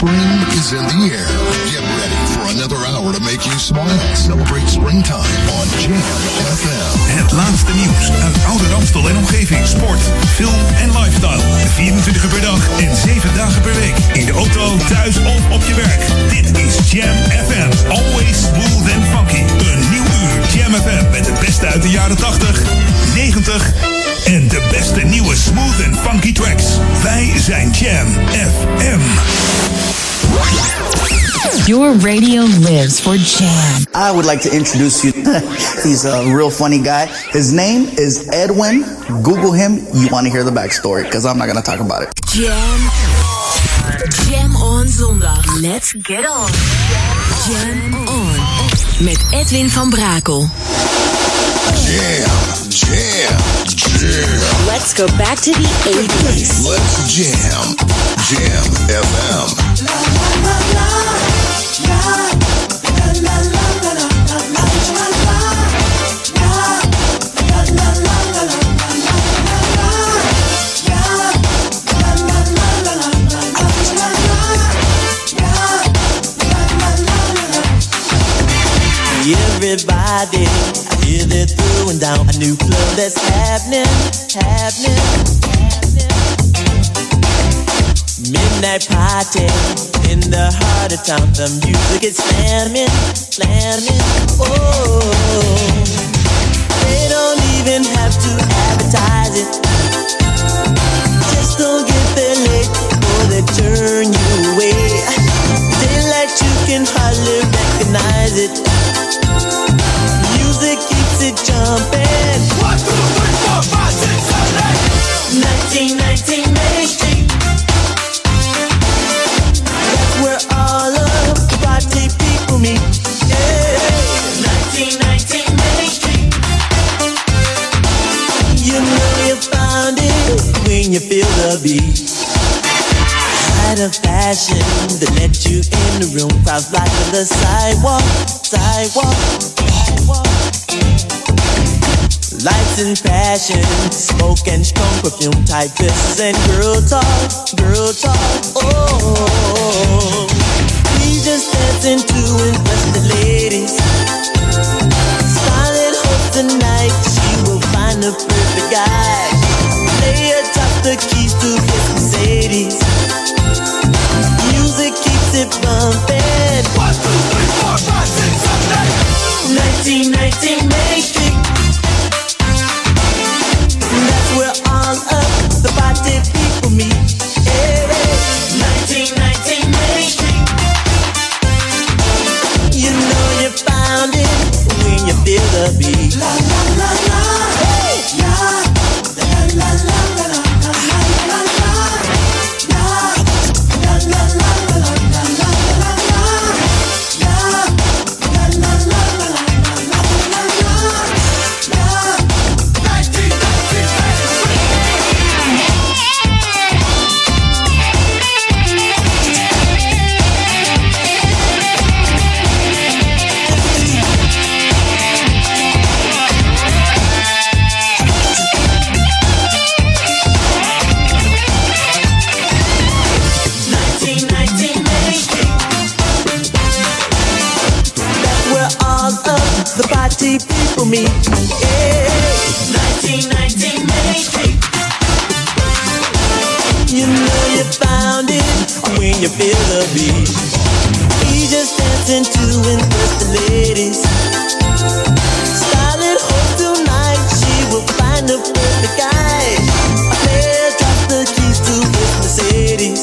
Spring is in the air. Get ready for another hour to make you smile. Celebrate springtime on Jam FM. Het laatste nieuws uit Ouder Amstel en omgeving. Sport, film en lifestyle. 24 uur per dag en 7 dagen per week. In de auto, thuis of op je werk. Dit is Jam FM. Always smooth and funky. Een nieuw uur Jam FM met het beste uit de jaren 80, 90 en de beste nieuwe smooth and funky tracks. Wij zijn Jam FM. Your radio lives for Jam. I would like to introduce you. He's a real funny guy. His name is Edwin. Google him. You want to hear the backstory because I'm not going to talk about it. Jam on zondag. Let's get on. Jam on. Met Edwin van Brakel. Jam. Let's go back to the 80s. Let's jam. Jam FM. Everybody, I hear they're throwing down a new club that's happening. Midnight party in the heart of town. The music is slamming. Oh, they don't even have to advertise it. Just don't get there late or they turn you away. Daylight, you can hardly recognize it. Music keeps it jumping. 1, 2, 3, 4, 5, 6, 7, 8. 1919 Main Street. That's where all of the party people meet. Yeah. 1919 Main Street. You know you found it when you feel the beat. Light of passion that let you in the room. Crowds blocking the sidewalk. Lights and passion, smoke and strong perfume, tight fists and girl talk. Oh, we just dancing to impress the ladies. Starlet hopes tonight she will find the perfect guy. Lay atop the keys to his Mercedes. Music keeps it bumping. 1, 2, 3, 4, 5, 6, 7, 8. 1919 Main Street. That's where all of the party people meet. Yeah. 1919 Main Street. You know you found it when you feel the beat. La la la la. Hey. La la la la la la. The party people meet. Yeah. 1919 Main Street. You know you found it when you feel the beat. We just dancing to impress the ladies. Starlet hope tonight she will find the perfect guy. A player drops the keys to his Mercedes.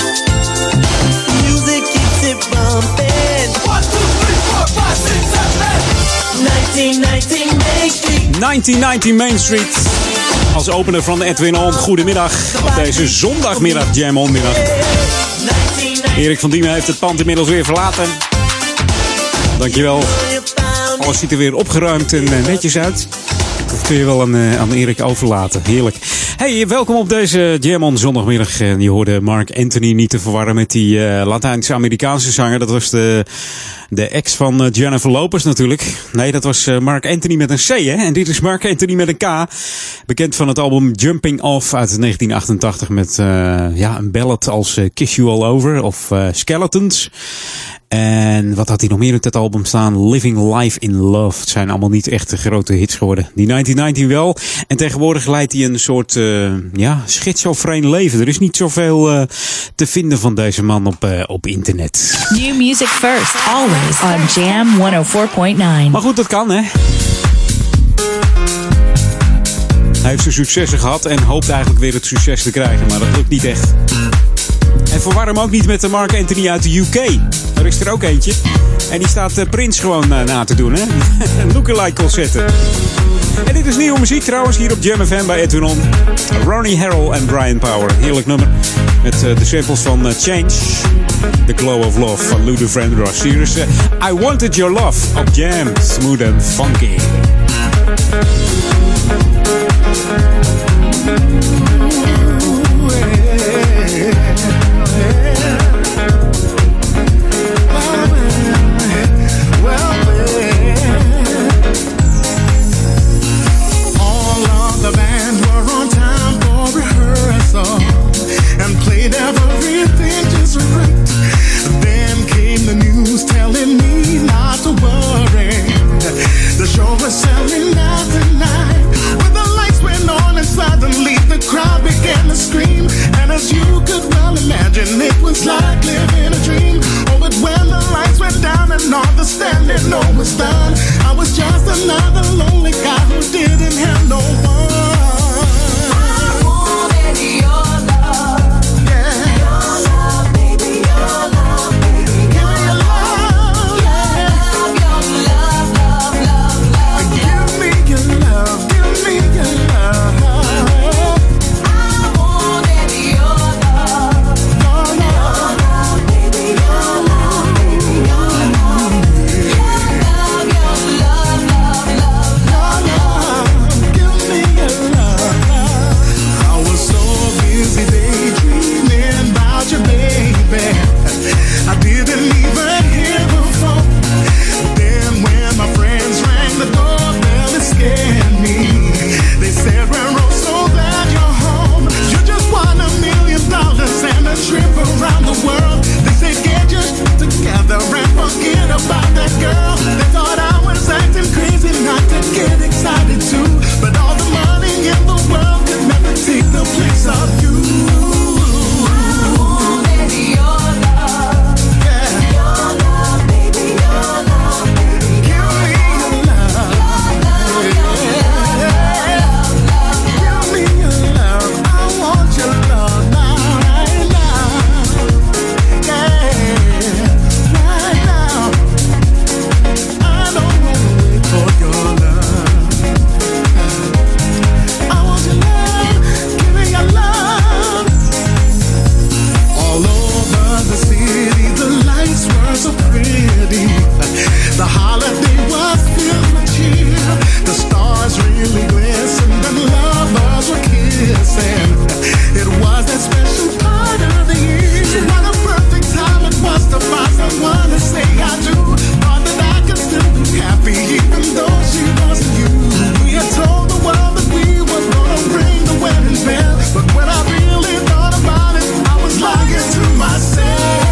Music keeps it bumping. 1, 2, 3, 4, 5, 6, 7, 8. 1919 Main Street. 1919 Main Street. Als opener van Edwin On. Goedemiddag op deze zondagmiddag, Jam On middag. Erik van Diemen heeft het pand inmiddels weer verlaten. Dankjewel. Alles ziet er weer opgeruimd en netjes uit. Dat kun je wel aan Erik overlaten. Heerlijk. Hey, welkom op deze Jam on zondagmiddag. Je hoorde Mark Anthony, niet te verwarren met die Latijns-Amerikaanse zanger. Dat was de ex van Jennifer Lopez natuurlijk. Nee, dat was Mark Anthony met een C, hè? En dit is Mark Anthony met een K. Bekend van het album Jumping Off uit 1988 met een ballad als Kiss You All Over of Skeletons. En wat had hij nog meer op dat album staan? Living Life in Love. Het zijn allemaal niet echt de grote hits geworden. Die 1919 wel. En tegenwoordig leidt hij een soort schizofreen leven. Er is niet zoveel te vinden van deze man op internet. New music first, always on Jam 104.9. Maar goed, dat kan, hè. Hij heeft zijn successen gehad en hoopt eigenlijk weer het succes te krijgen. Maar dat lukt niet echt. En verwar hem ook niet met de Mark Anthony uit de UK. Er is er ook eentje. En die staat Prince gewoon na te doen, hè. Een lookalike concerten. En dit is nieuwe muziek trouwens hier op Jam FM bij Edwin On. Ronnie Harrell en Brian Power. Heerlijk nummer. Met de samples van Change. The Glow of Love van Luther Vandross. Hier is I Wanted Your Love op Jam. Smooth and funky. And played everything just right. Then came the news telling me not to worry. The show was selling out tonight. When the lights went on and suddenly the crowd began to scream. And as you could well imagine, it was like living a dream. Oh, but when the lights went down and all the standing on was done, I was just another lonely guy who didn't have no one. About that girl, they thought I was acting crazy not to get excited too. But all the money in the world could never take the place of you. I wanted your love, yeah. Your love, baby, your love, baby. Give me your love, give me your love. I want your love now, right now, yeah. So pretty. The holiday was filled with cheer. The stars really glistened and lovers were kissing. It was that special part of the year. So what a perfect time it was to find someone to say I do. Thought that I could still be happy even though she wasn't you. We had told the world that we were gonna ring the wedding bell, but when I really thought about it, I was lying to myself.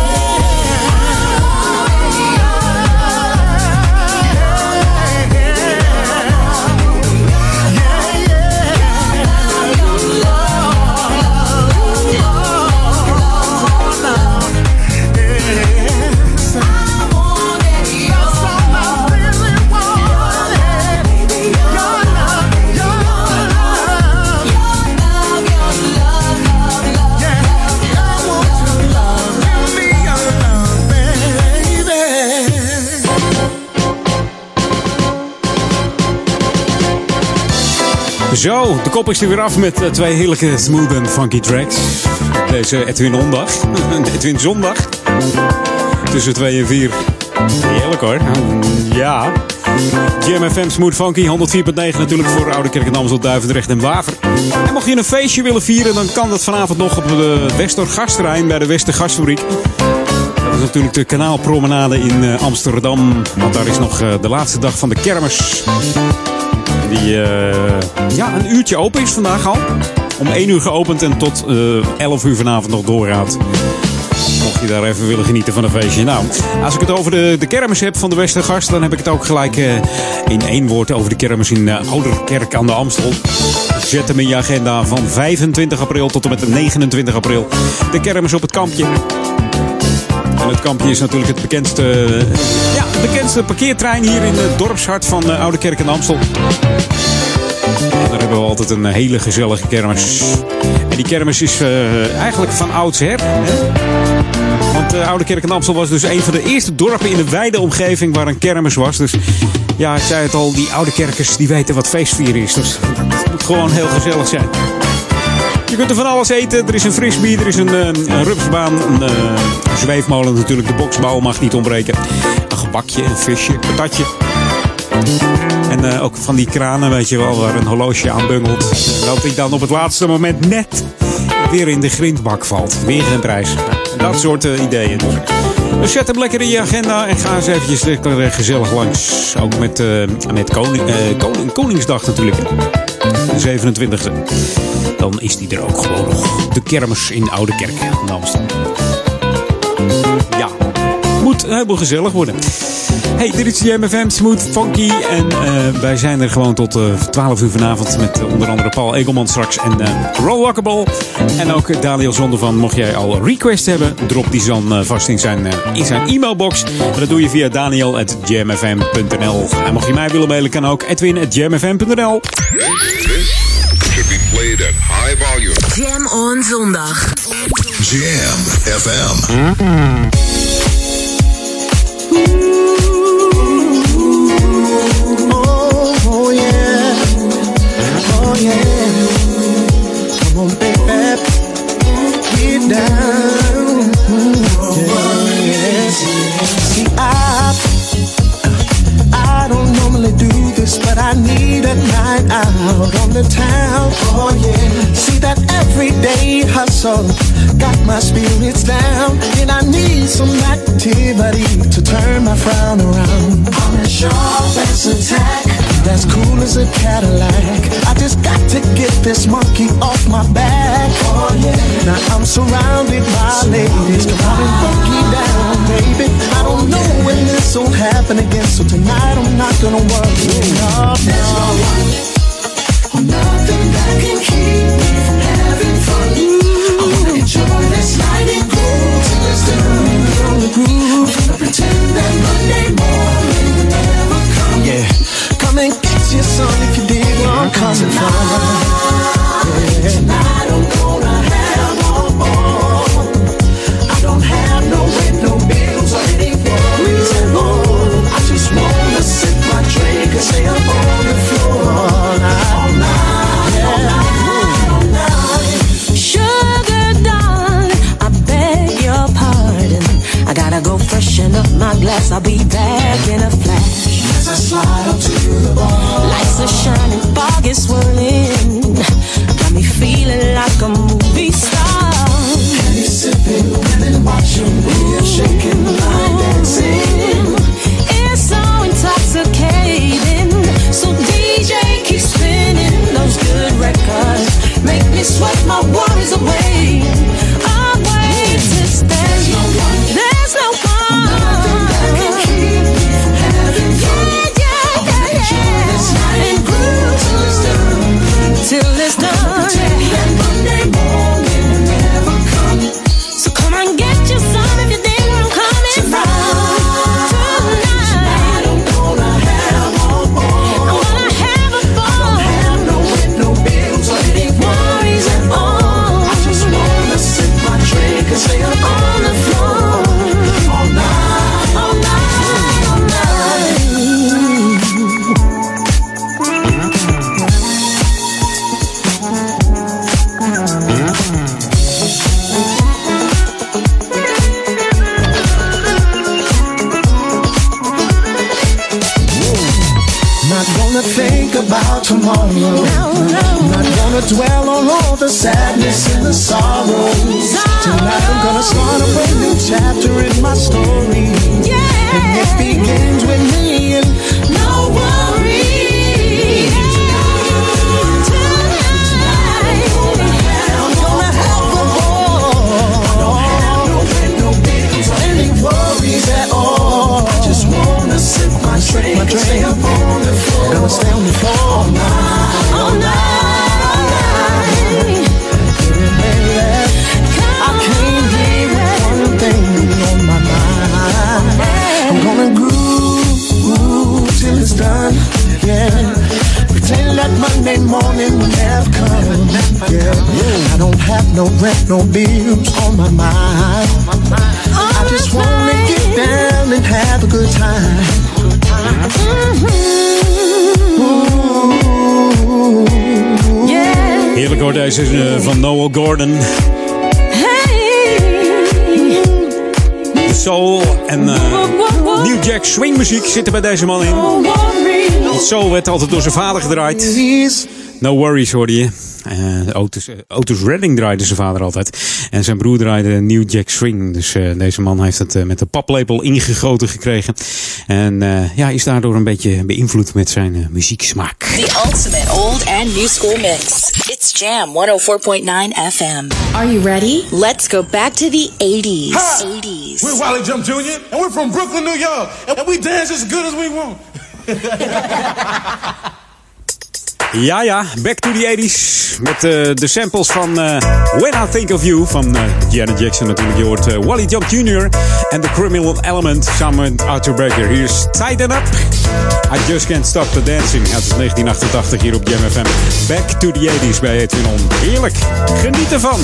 Zo, de kop is er weer af met twee heerlijke smooth en funky tracks. Deze Edwin Ondag. Edwin Zondag. Tussen 2 en 4. Heerlijk hoor. Ja. Jam FM Smooth Funky, 104.9 natuurlijk voor Ouderkerk en Amstel, Duivendrecht en Waver. En mocht je een feestje willen vieren, dan kan dat vanavond nog op de Westergasterrein bij de Westergasfabriek. Dat is natuurlijk de Kanaalpromenade in Amsterdam. Want daar is nog de laatste dag van de kermis. Die een uurtje open is vandaag al. Om 1 uur geopend en tot 11 uur vanavond nog doorgaat. Mocht je daar even willen genieten van een feestje. Nou, als ik het over de kermis heb van de Westergast, dan heb ik het ook gelijk in 1 woord over de kermis in Ouderkerk aan de Amstel. Zet hem in je agenda van 25 april tot en met 29 april. De kermis op het kampje. En het kampje is natuurlijk het bekendste parkeertrein hier in het dorpshart van Ouderkerk en Amstel. En daar hebben we altijd een hele gezellige kermis. En die kermis is eigenlijk van oudsher. Want Ouderkerk en Amstel was dus een van de eerste dorpen in de wijde omgeving waar een kermis was. Dus ja, ik zei het al, die Ouderkerkers die weten wat feestvieren is. Dus het moet gewoon heel gezellig zijn. Je kunt er van alles eten. Er is een frisbee, er is een rupsbaan, een zweefmolen natuurlijk. De boksbouw mag niet ontbreken. Een gebakje, een visje, een patatje. En ook van die kranen, weet je wel, waar een horloge aan bungelt. Dat hij dan op het laatste moment net weer in de grindbak valt. Weer geen prijs. Dat soort ideeën. Dus zet hem lekker in je agenda en ga eens eventjes gezellig langs. Ook met Koningsdag natuurlijk. De 27e. Dan is die er ook gewoon nog. De kermis in Ouderkerk in Amsterdam. Ja, moet helemaal gezellig worden. Hey, dit is Jam FM Smooth Funky. En wij zijn er gewoon tot 12 uur vanavond. Met onder andere Paul Egelman straks. En Roll Rockable. En ook Daniel Zondervan. Mocht jij al request hebben, drop die dan vast in zijn e-mailbox. En dat doe je via daniel@jamfm.nl. En mocht je mij willen mailen, kan ook edwin@jamfm.nl. Should be played at high volume. Jam on zondag. Jam FM. Oh yeah. Oh yeah. Come on, baby. Get down. Yeah. See, I don't normally do this, but I need a night out on the town. Oh yeah. See that everyday hustle got my spirits down, and I need some activity to turn my frown around. I'm as sharp as a tack, that's cool as a Cadillac. I just got to get this monkey off my back. Oh yeah. Now I'm surrounded by ladies. Come on and funky down, baby. I don't know when this will happen again, so tonight I'm not gonna worry. No, there's no one or nothing that can keep me from having fun. I wanna enjoy this night and groove till it's done. On the groove, I'm gonna pretend that Monday morning will never come. Yeah, come and get your son if you dig where I'm coming from. Yeah. Tonight I'm gonna have all. I don't have no rent, no bills or any worries at all. I just wanna sip my drink and stay up on the floor all night, all night, all night. Sugar darling, I beg your pardon. I gotta go freshen up my glass. I'll be back in a flash. As I slide up to the bar, Lights are shining, fog is swirling. Got me feeling like a movie star. and he's sipping, women watching, we're shaking, line dancing. It's so intoxicating. So DJ keep spinning those good records. Make me sweat my worries away. I'm way to stay. There's no one. Nothing that can keep me from having fun. Yeah. Enjoy this night And groove think about tomorrow. Not gonna dwell on all the sadness and the sorrow. Tonight I'm gonna start a brand new chapter in my story. And it begins with me and no worries. Tonight I'm gonna have a ball. I don't have no bills or any worries at all. I just wanna sip my drink and stay up on the floor. Gonna stay on the floor all night, all night. I came here with one thing on my mind. I'm gonna groove till it's done, yeah. Pretend that Monday morning will never come, yeah. I don't have no rent, no bills on my mind. I just wanna get down and have a good time. Heerlijk hoor, deze is van Noel Gordon. De soul en New Jack Swing muziek zitten bij deze man in. Het soul werd altijd door zijn vader gedraaid. No Worries hoorde je. Otis Redding draaide zijn vader altijd. En zijn broer draaide New Jack Swing. Dus deze man heeft het met de paplepel ingegoten gekregen. En is daardoor een beetje beïnvloed met zijn muzieksmaak. The ultimate old and new school mix. It's Jam 104.9 FM. Are you ready? Let's go back to the 80s. Hi, 80s. we're Wally Jump Jr. and we're from Brooklyn, New York. And we dance as good as we want. Ja, back to the 80s. Met de samples van When I Think of You van Janet Jackson natuurlijk. Je hoort Wally Jump Jr. en The Criminal Element samen met Arthur Baker. Hier is Tighten Up. I Just Can't Stop the Dancing. Het is 1988 hier op Jam FM. Back to the 80s bij Edwin On. Heerlijk. Geniet ervan.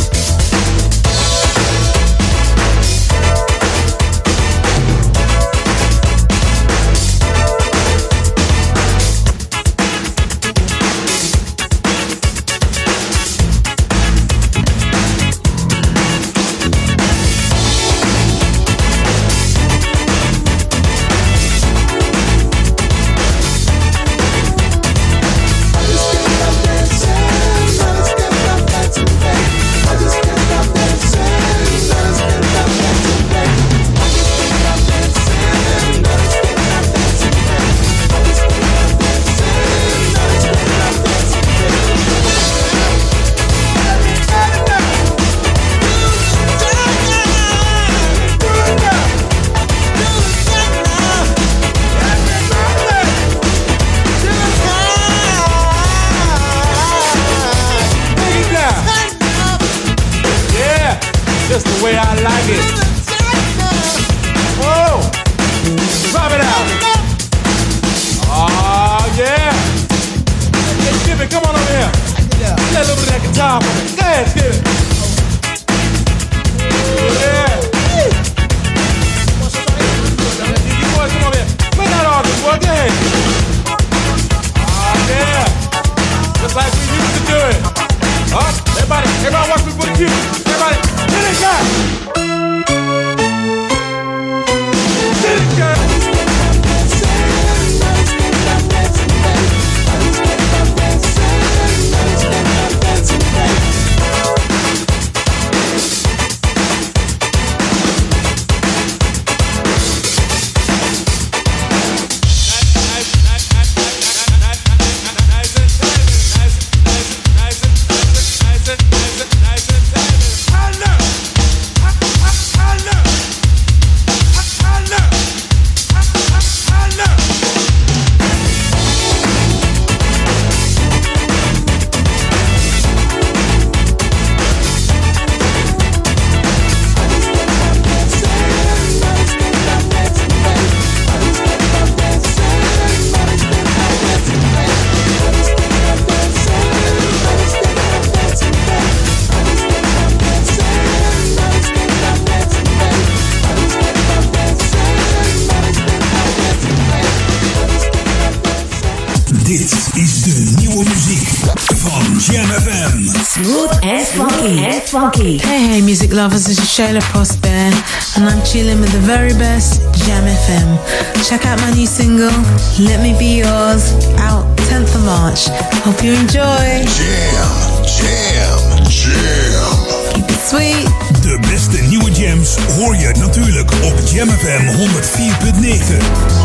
Dit is de nieuwe muziek van Jam FM. Smooth and funky. Hey, music lovers, this is Shayla Postman, and I'm chilling with the very best Jam FM. Check out my new single, Let Me Be Yours, out 10th of March. Hope you enjoy. Jam. Keep it sweet. De beste nieuwe jams hoor je natuurlijk op Jam FM 104.9.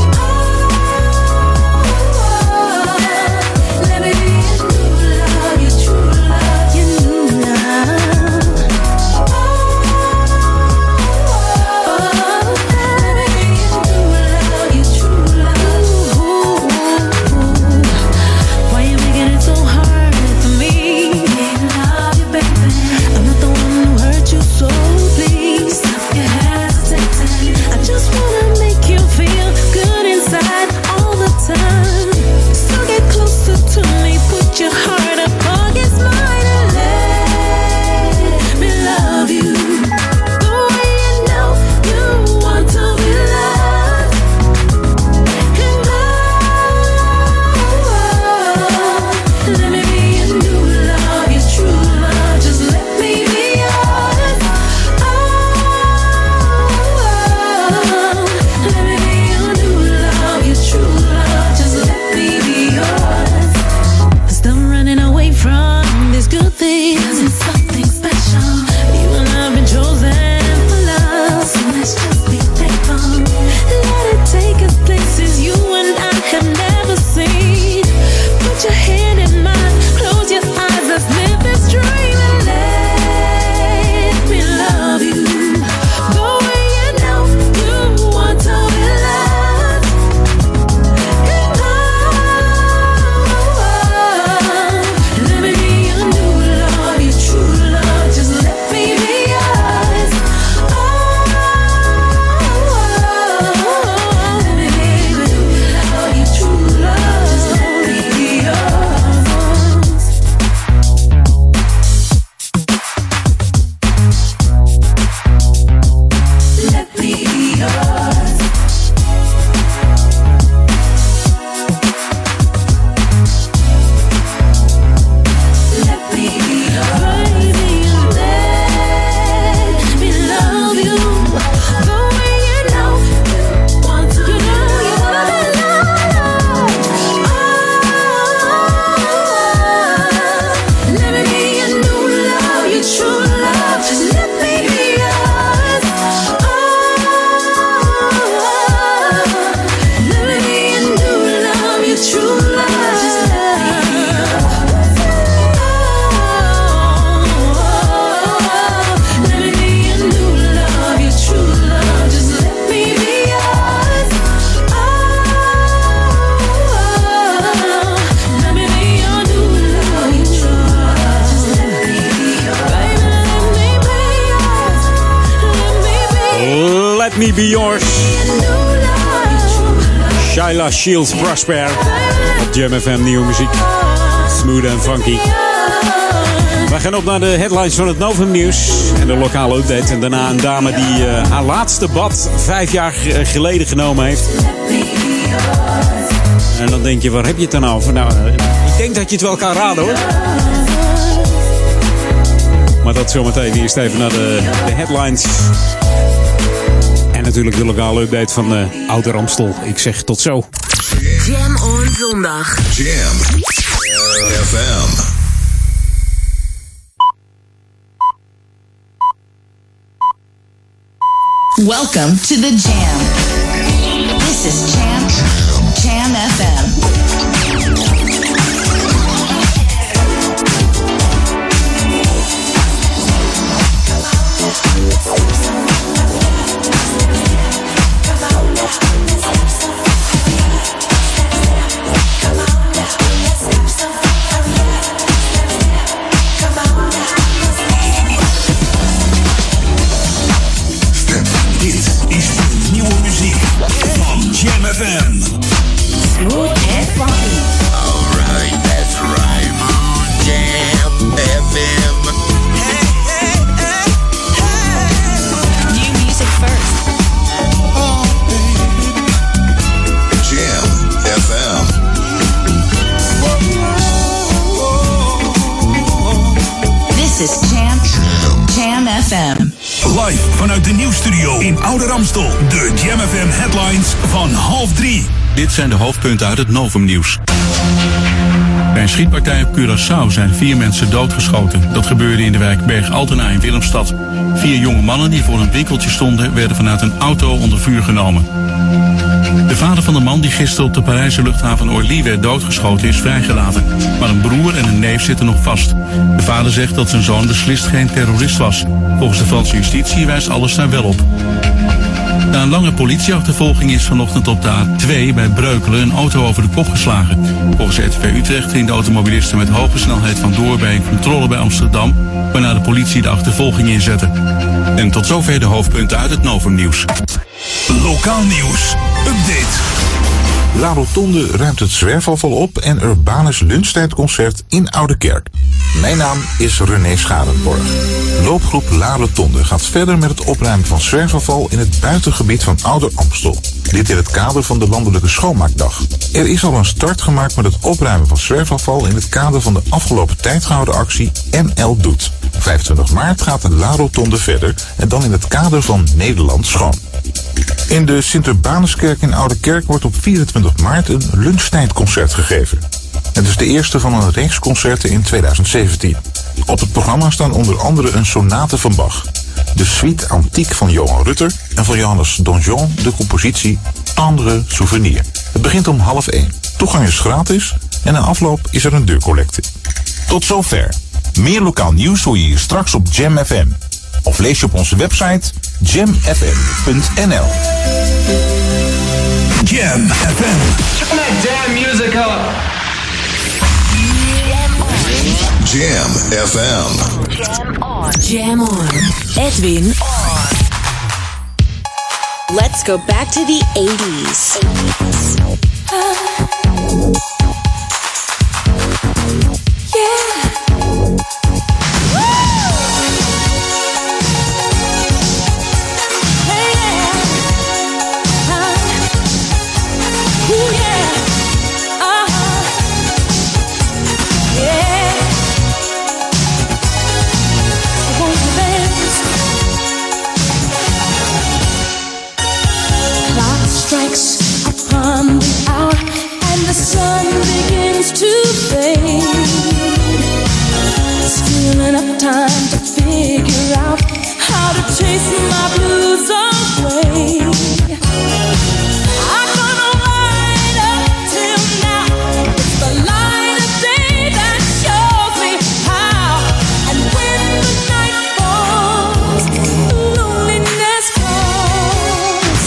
Me Be Yours. Shyla Shields Prosper. Op Jam FM, nieuwe muziek. Smooth en funky. We gaan op naar de headlines van het Novum Nieuws. En de lokale update. En daarna een dame die haar laatste bad 5 jaar geleden genomen heeft. En dan denk je, waar heb je het dan over? Nou, ik denk dat je het wel kan raden, hoor. Maar dat zometeen. Eerst even naar de headlines. En natuurlijk de lokale update van Ouder Amstel. Ik zeg tot zo. Jam on zondag. Jam FM. Welcome to the Jam. This is Jam FM. Oude Ramstel. De Jam FM headlines van 2:30. Dit zijn de hoofdpunten uit het Novumnieuws. Bij een schietpartij op Curaçao zijn 4 mensen doodgeschoten. Dat gebeurde in de wijk Berg Altena in Willemstad. 4 jonge mannen die voor een winkeltje stonden werden vanuit een auto onder vuur genomen. De vader van de man die gisteren op de Parijse luchthaven Orly werd doodgeschoten is vrijgelaten. Maar een broer en een neef zitten nog vast. De vader zegt dat zijn zoon beslist geen terrorist was. Volgens de Franse justitie wijst alles daar wel op. Na een lange politieachtervolging is vanochtend op de A2 bij Breukelen een auto over de kop geslagen. Volgens RTV Utrecht ging de automobiliste met hoge snelheid vandoor bij een controle bij Amsterdam, waarna de politie de achtervolging inzette. En tot zover de hoofdpunten uit het Novumnieuws. Lokaal nieuws. Update. La Rotonde ruimt het zwerfafval op en Urbanus lunchtijdconcert in Oudekerk. Mijn naam is René Scharenborg. Loopgroep La Rotonde gaat verder met het opruimen van zwerfafval in het buitengebied van Ouder Amstel. Dit in het kader van de Landelijke Schoonmaakdag. Er is al een start gemaakt met het opruimen van zwerfafval in het kader van de afgelopen tijd gehouden actie NL Doet. 25 maart gaat de La Rotonde verder en dan in het kader van Nederland Schoon. In de Sint-Urbanuskerk in Oudekerk wordt op 24 maart een lunchtijdconcert gegeven. Het is de eerste van een reeks concerten in 2017. Op het programma staan onder andere een sonate van Bach, de suite antiek van Johan Rutter en van Johannes Donjon de compositie Andere Souvenir. Het begint om 12:30. Toegang is gratis en na afloop is er een deurcollecte. Tot zover. Meer lokaal nieuws hoor je hier straks op Jam FM. Of lees je op onze website jamfm.nl. Jam FM. Turn that damn music up. Jam FM. Jam on. Jam on. Edwin on. Let's go back to the 80s. Sun begins to fade. Still enough time to figure out how to chase my blues away. I'm gonna ride up till now. It's the light of day that shows me how. And when the night falls, loneliness calls.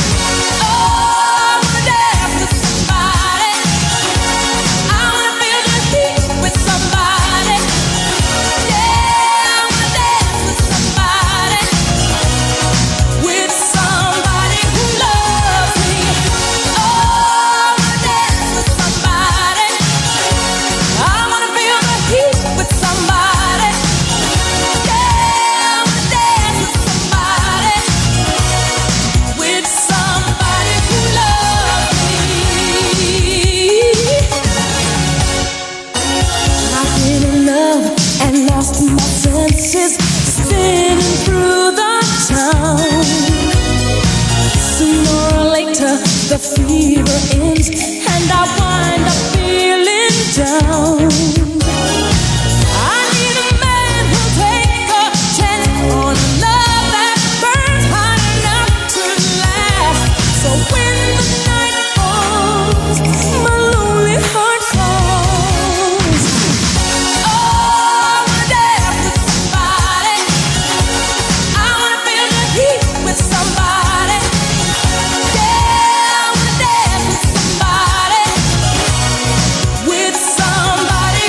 Oh, I dance with somebody. I wanna feel the heat with somebody. Yeah, I wanna dance with somebody. With somebody who loves me. Oh, I wanna dance with somebody. I wanna feel the heat with somebody. Yeah, I wanna dance with somebody. With somebody who loves me. I've been in love and lost my senses, spinning through the town. Sooner or later, the fever ends, and I wind up feeling down. I need a man who'll take a chance on a love that burns hot enough to last. So when the night falls, my lonely heart calls. Oh, I wanna dance with somebody. I wanna feel the heat with somebody. Yeah, I wanna dance with somebody. With somebody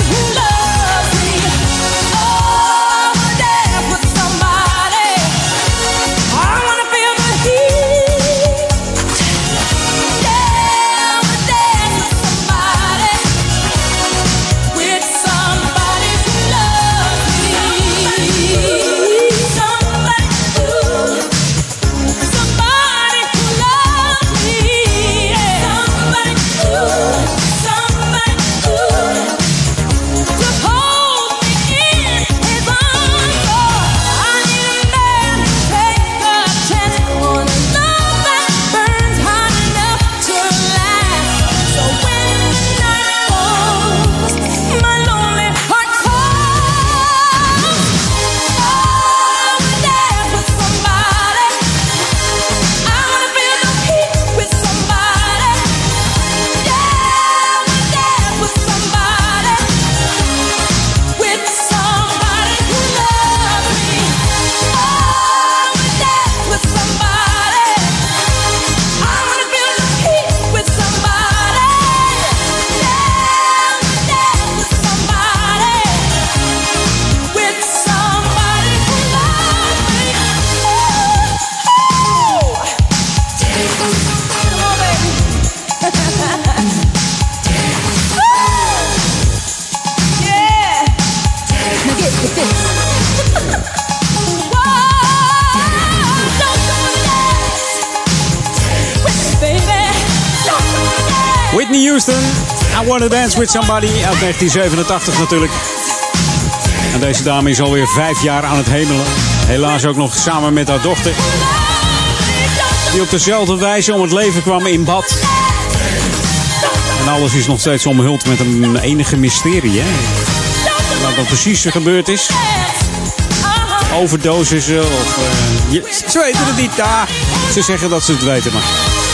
Whitney Houston, I Wanna Dance With Somebody uit 1987 natuurlijk. En deze dame is alweer 5 jaar aan het hemelen. Helaas ook nog samen met haar dochter. Die op dezelfde wijze om het leven kwam in bad. En alles is nog steeds omhuld met een enige mysterie, hè? Wat er precies gebeurd is. Overdosis of... ze weten het niet. Ze zeggen dat ze het weten, maar...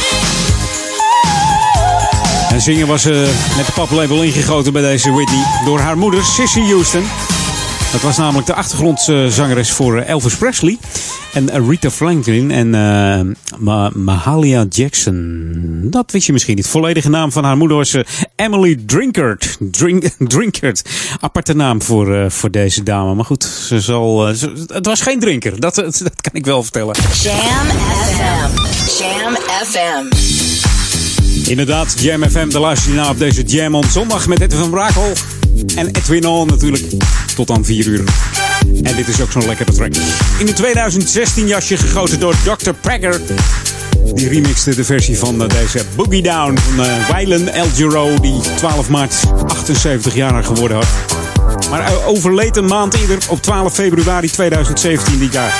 En zingen was met de paplepel ingegoten bij deze Whitney door haar moeder Cissy Houston. Dat was namelijk de achtergrondzangeres voor Elvis Presley en Aretha Franklin en Mahalia Jackson. Dat wist je misschien niet. De volledige naam van haar moeder was Emily Drinkard. Aparte naam voor deze dame. Maar goed, het was geen drinker. Dat kan ik wel vertellen. Jam FM. Jam FM. Inderdaad, Jam FM, de luister je naar op deze Jam on zondag met Edwin van Brakel en Edwin On natuurlijk. Tot aan 4 uur. En dit is ook zo'n lekkere track. In een 2016 jasje gegoten door Dr. Pagger. Die remixte de versie van deze Boogie Down van Waylon El Giro, die 12 maart 78 jaar geworden had. Maar overleed een maand eerder op 12 februari 2017 dit jaar.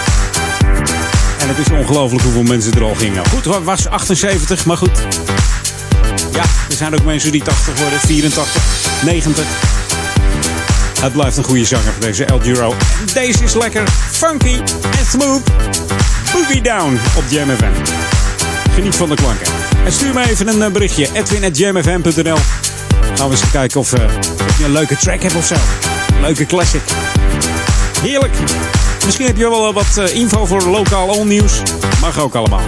En het is ongelooflijk hoeveel mensen er al gingen. Goed, het was 78, maar goed. Ja, er zijn ook mensen die 80 worden, 84, 90. Het blijft een goede zanger voor deze El Giro. Deze is lekker funky en smooth. Boogie Down op Jam FM. Geniet van de klanken. En stuur me even een berichtje. Edwin@jamfm.nl. Gaan we eens kijken of je een leuke track hebt of zo. Leuke classic. Heerlijk. Misschien heb je wel wat info voor lokaal onnieuws. Mag ook allemaal.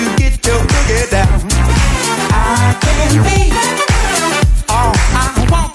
All I want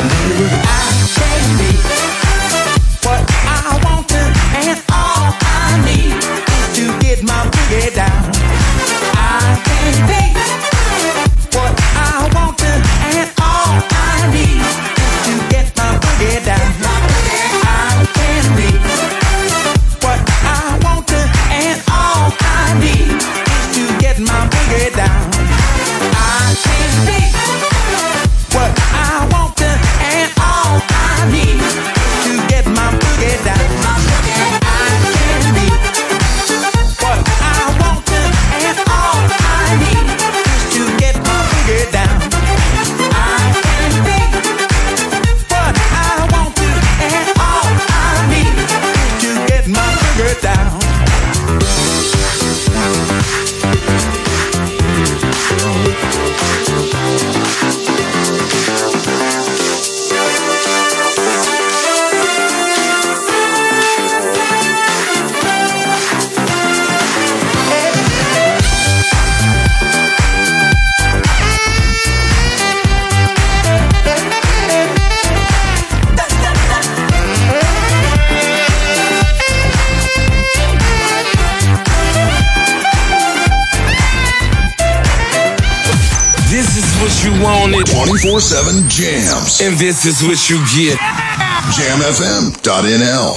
what you wanted. 24/7 jams. And this is what you get. JamFM.nl.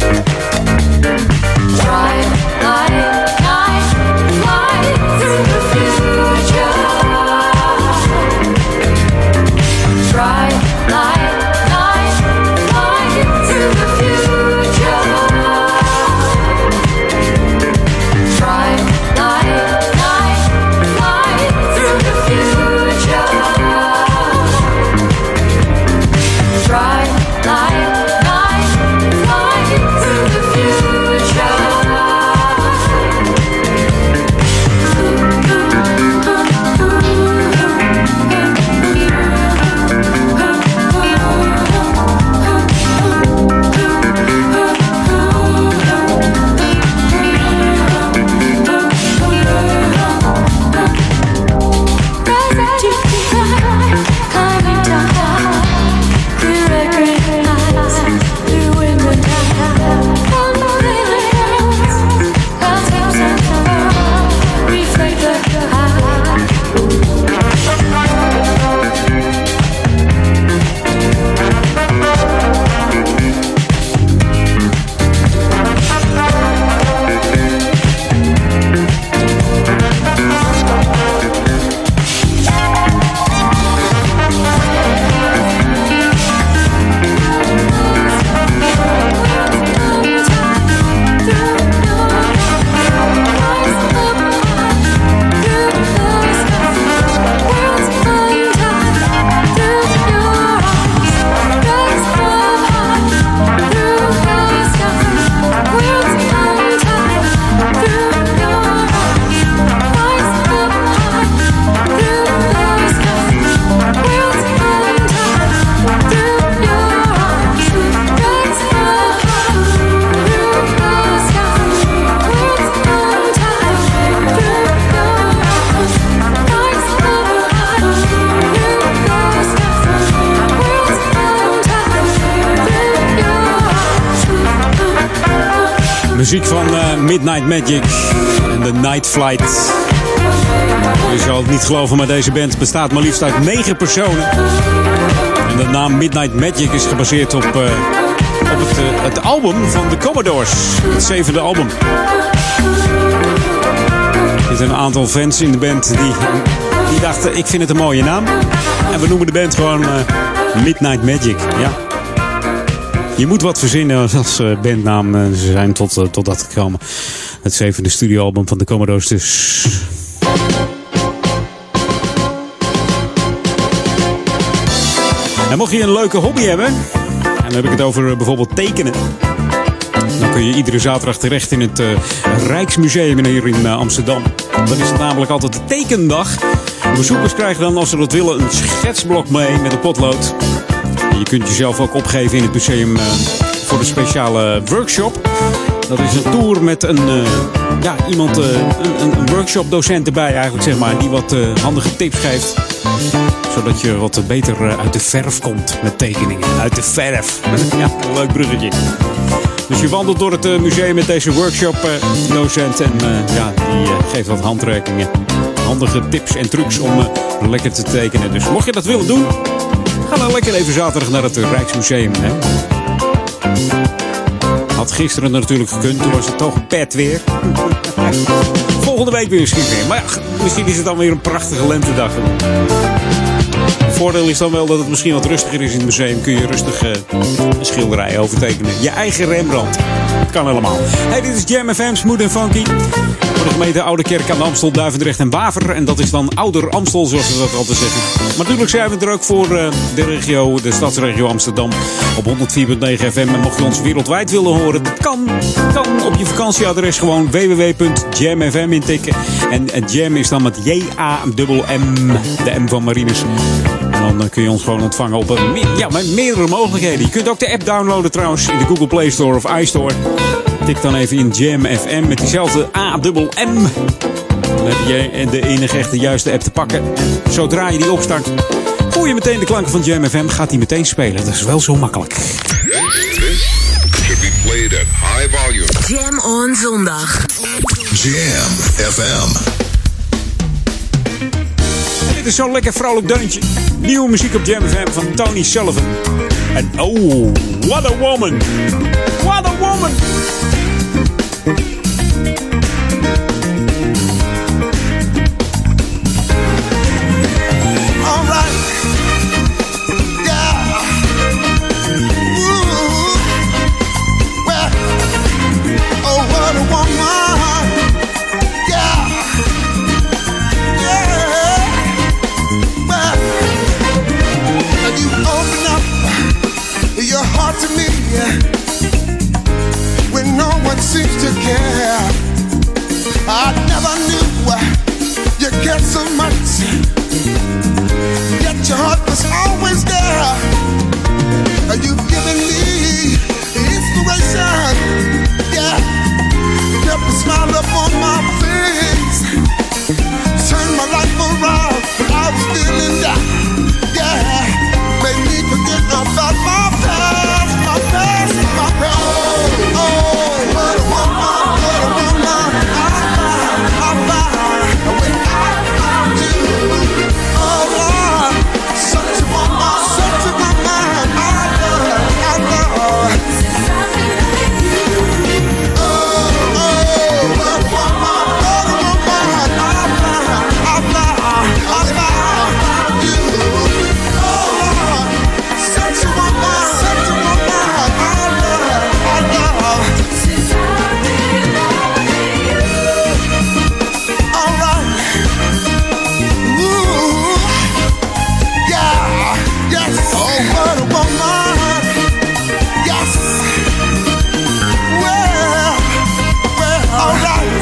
Fly through the muziek van Midnight Magic en The Night Flight. Je zal het niet geloven, maar deze band bestaat maar liefst uit 9 personen. En de naam Midnight Magic is gebaseerd op het album van de Commodores. Het 7e album. Er zitten een aantal fans in de band die dachten, ik vind het een mooie naam. En we noemen de band gewoon Midnight Magic. Ja. Je moet wat verzinnen als bandnaam. Ze zijn tot dat gekomen. Het 7e studioalbum van de Commodores dus. En mocht je een leuke hobby hebben, en dan heb ik het over bijvoorbeeld tekenen, dan kun je iedere zaterdag terecht in het Rijksmuseum hier in Amsterdam. Dan is het namelijk altijd de tekendag. Bezoekers krijgen dan, als ze dat willen, een schetsblok mee met een potlood. En je kunt jezelf ook opgeven in het museum voor de speciale workshop. Dat is een tour met een workshopdocent erbij eigenlijk, zeg maar, die wat handige tips geeft. Zodat je wat beter uit de verf komt met tekeningen. Uit de verf. Ja, een leuk bruggetje. Dus je wandelt door het museum met deze workshop-docent. En die geeft wat handreikingen. Handige tips en trucs om lekker te tekenen. Dus mocht je dat willen doen, ga dan lekker even zaterdag naar het Rijksmuseum. Hè? Had gisteren natuurlijk gekund, toen was het toch pet weer. Volgende week weer misschien weer. Maar ja, misschien is het dan weer een prachtige lentedag. Het voordeel is dan wel dat het misschien wat rustiger is in het museum. Kun je rustig een schilderij overtekenen. Je eigen Rembrandt. Het kan allemaal. Hey, dit is Jam FM, Smooth and Funky. Voor de gemeente Oude Kerk aan de Amstel, Duivendrecht en Waver. En dat is dan Ouder Amstel, zoals we dat altijd zeggen. Maar natuurlijk zijn we er ook voor de regio, de stadsregio Amsterdam. Op 104.9 FM. En mocht je ons wereldwijd willen horen, dat kan op je vakantieadres gewoon www.jamfm intikken. En Jam is dan met J-A-M-M, de M van Marinus. En dan kun je ons gewoon ontvangen op met meerdere mogelijkheden. Je kunt ook de app downloaden trouwens in de Google Play Store of iStore. Tik dan even in Jam FM met diezelfde A-M-M. Dan heb je de enige echte juiste app te pakken. Zodra je die opstart, voel je meteen de klanken van Jam FM. Gaat die meteen spelen. Dat is wel zo makkelijk. This should be played at high volume. Jam on zondag. Jam FM. En dit is zo'n lekker vrolijk deuntje. Nieuwe muziek op Jam FM van Tony Sullivan. En oh, what a woman. What a woman. All right. Yeah. Ooh. Well, oh, what a woman. Yeah. Yeah. Well, you open up your heart to me when no one seems to care. I never knew you cared so much, yet your heart was always there. You've given me inspiration, yeah. Kept a smile up on my face, turned my life around when I was feeling down, yeah. Made me forget about my past, my past, my past. Oh, what a woman, what a woman. I when I found you. Oh, Lord, such a woman, such a woman. I love. Oh, what a woman, what a woman. I found you. Oh, Lord, such a woman, such a woman. I love. All right. Ooh. Yeah. Yes. Oh, what a woman. Yes. Well. All right.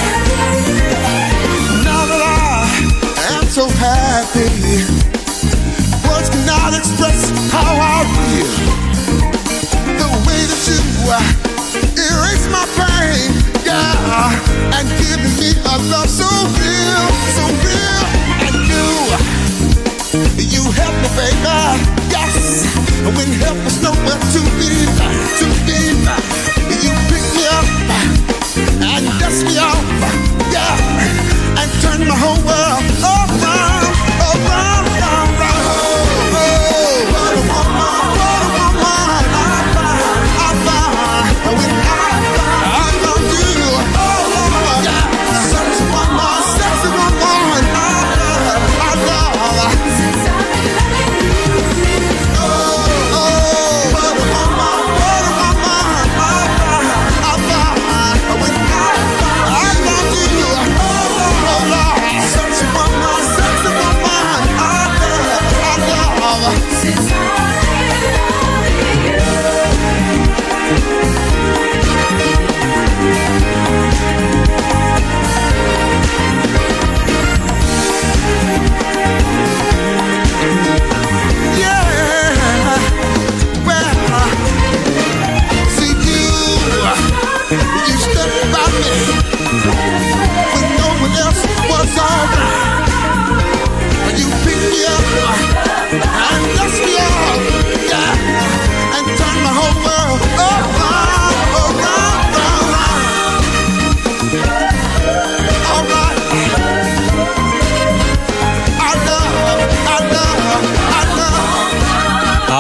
Now that I am so happy, words cannot express how I feel. The way that you erase my pain, yeah, and giving me a love so real, and you help me, baby, yes, when help was nowhere to be, you pick me up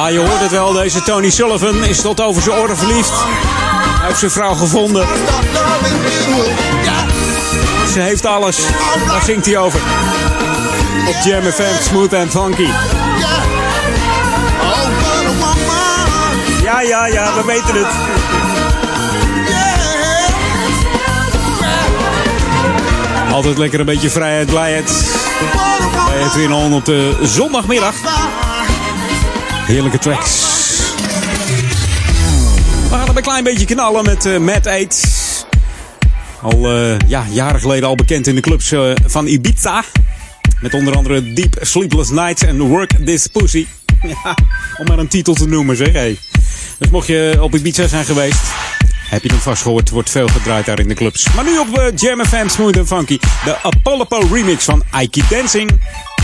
Ja, je hoort het wel. Deze Tony Sullivan is tot over zijn oren verliefd. Hij heeft zijn vrouw gevonden. Ze heeft alles. Daar zingt hij over. Op Jam FM, Smooth and Funky. Ja, we weten het. Altijd lekker een beetje vrijheid, blijheid. Bij Edwin On op de zondagmiddag. Heerlijke tracks. We gaan een klein beetje knallen met Mad 8. Al jaren geleden al bekend in de clubs van Ibiza. Met onder andere Deep Sleepless Nights en Work This Pussy. Ja, om maar een titel te noemen, zeg. Hey. Dus mocht je op Ibiza zijn geweest, heb je hem vast gehoord. Wordt veel gedraaid daar in de clubs. Maar nu op Jam FM Smooth and Funky. De Apollo remix van I Keep Dancing.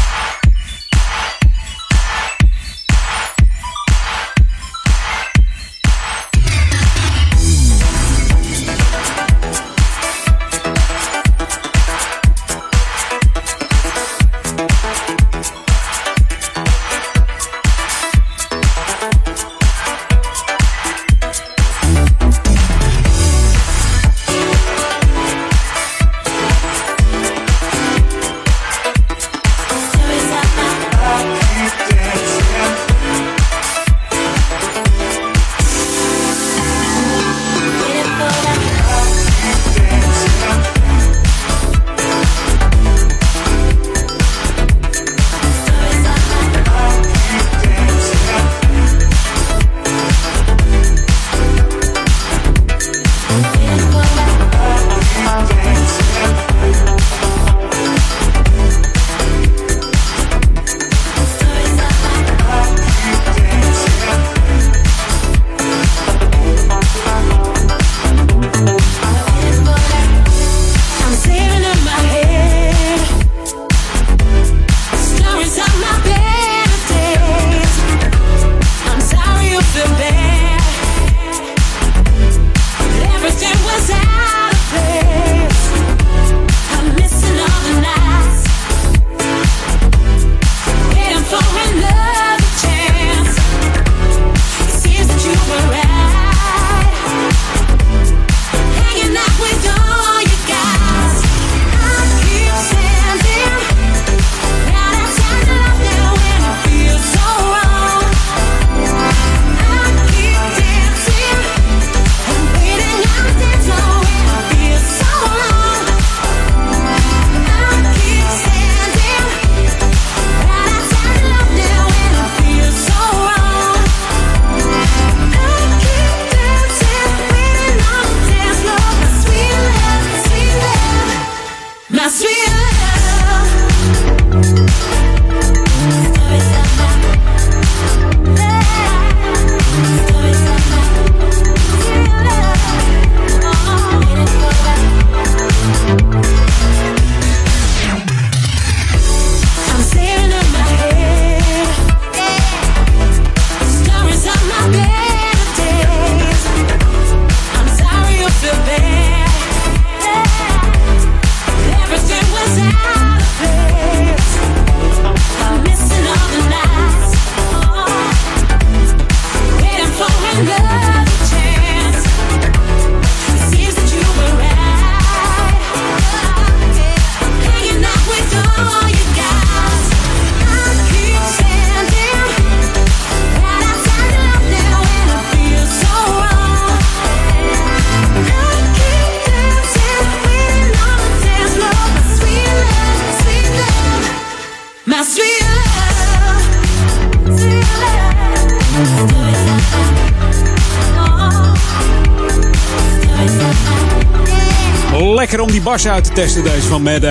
Lekker om die bassen uit te testen, deze van Mad 8.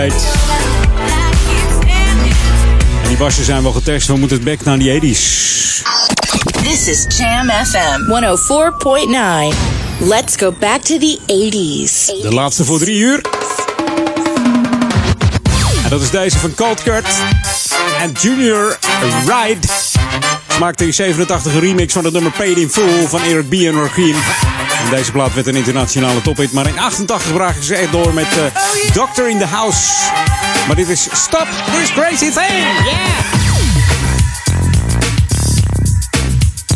En die bassen zijn wel getest, we moeten het back naar die 80s. This is Jam FM 104.9. Let's go back to the 80s. De laatste voor 3 uur. En dat is deze van Cold Cut en Junior Ride. Ze maakte in 87 een remix van het nummer Paid in Full van Eric B. en Rakim. En deze plaat werd een internationale tophit. Maar in 88 braken ze echt door met Doctor in the House. Maar dit is Stop This Crazy Thing. Yeah!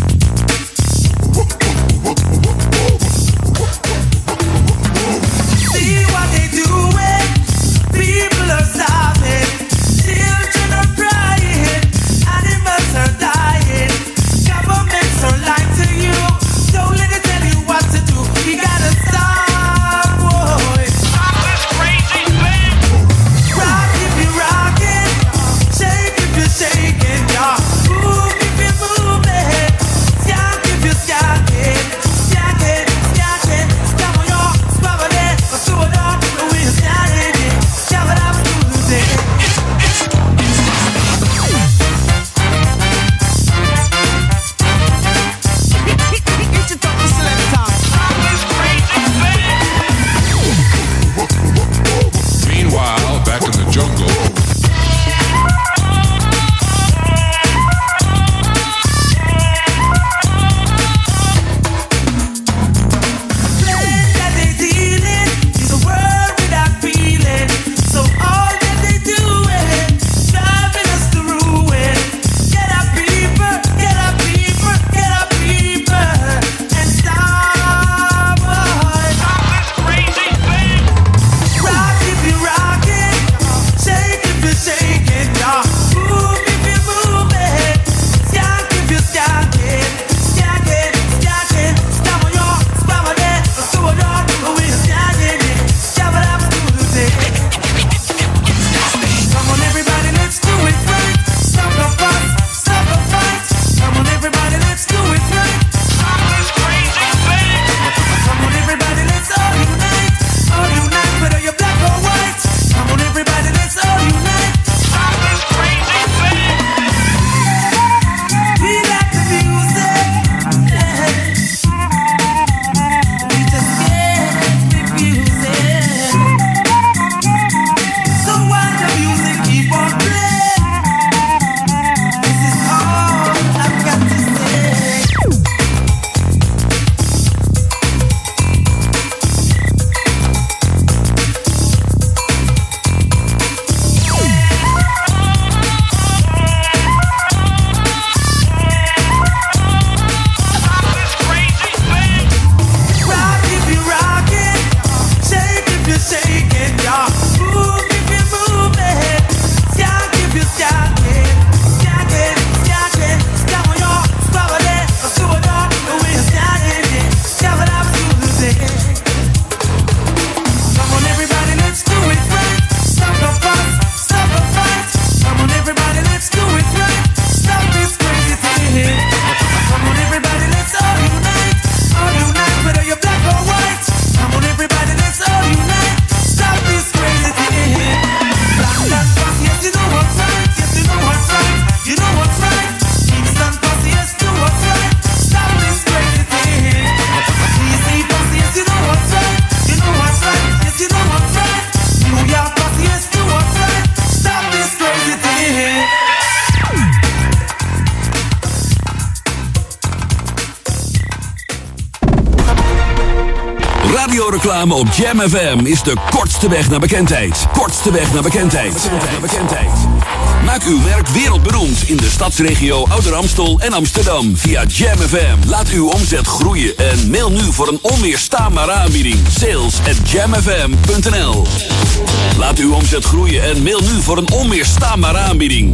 Radioreclame op Jam FM is de kortste weg naar bekendheid. Kortste weg naar bekendheid. Maak uw merk wereldberoemd in de stadsregio Ouder Amstel en Amsterdam via Jam FM. Laat uw omzet groeien en mail nu voor een onweerstaanbare aanbieding. sales@jamfm.nl. Laat uw omzet groeien en mail nu voor een onweerstaanbare aanbieding.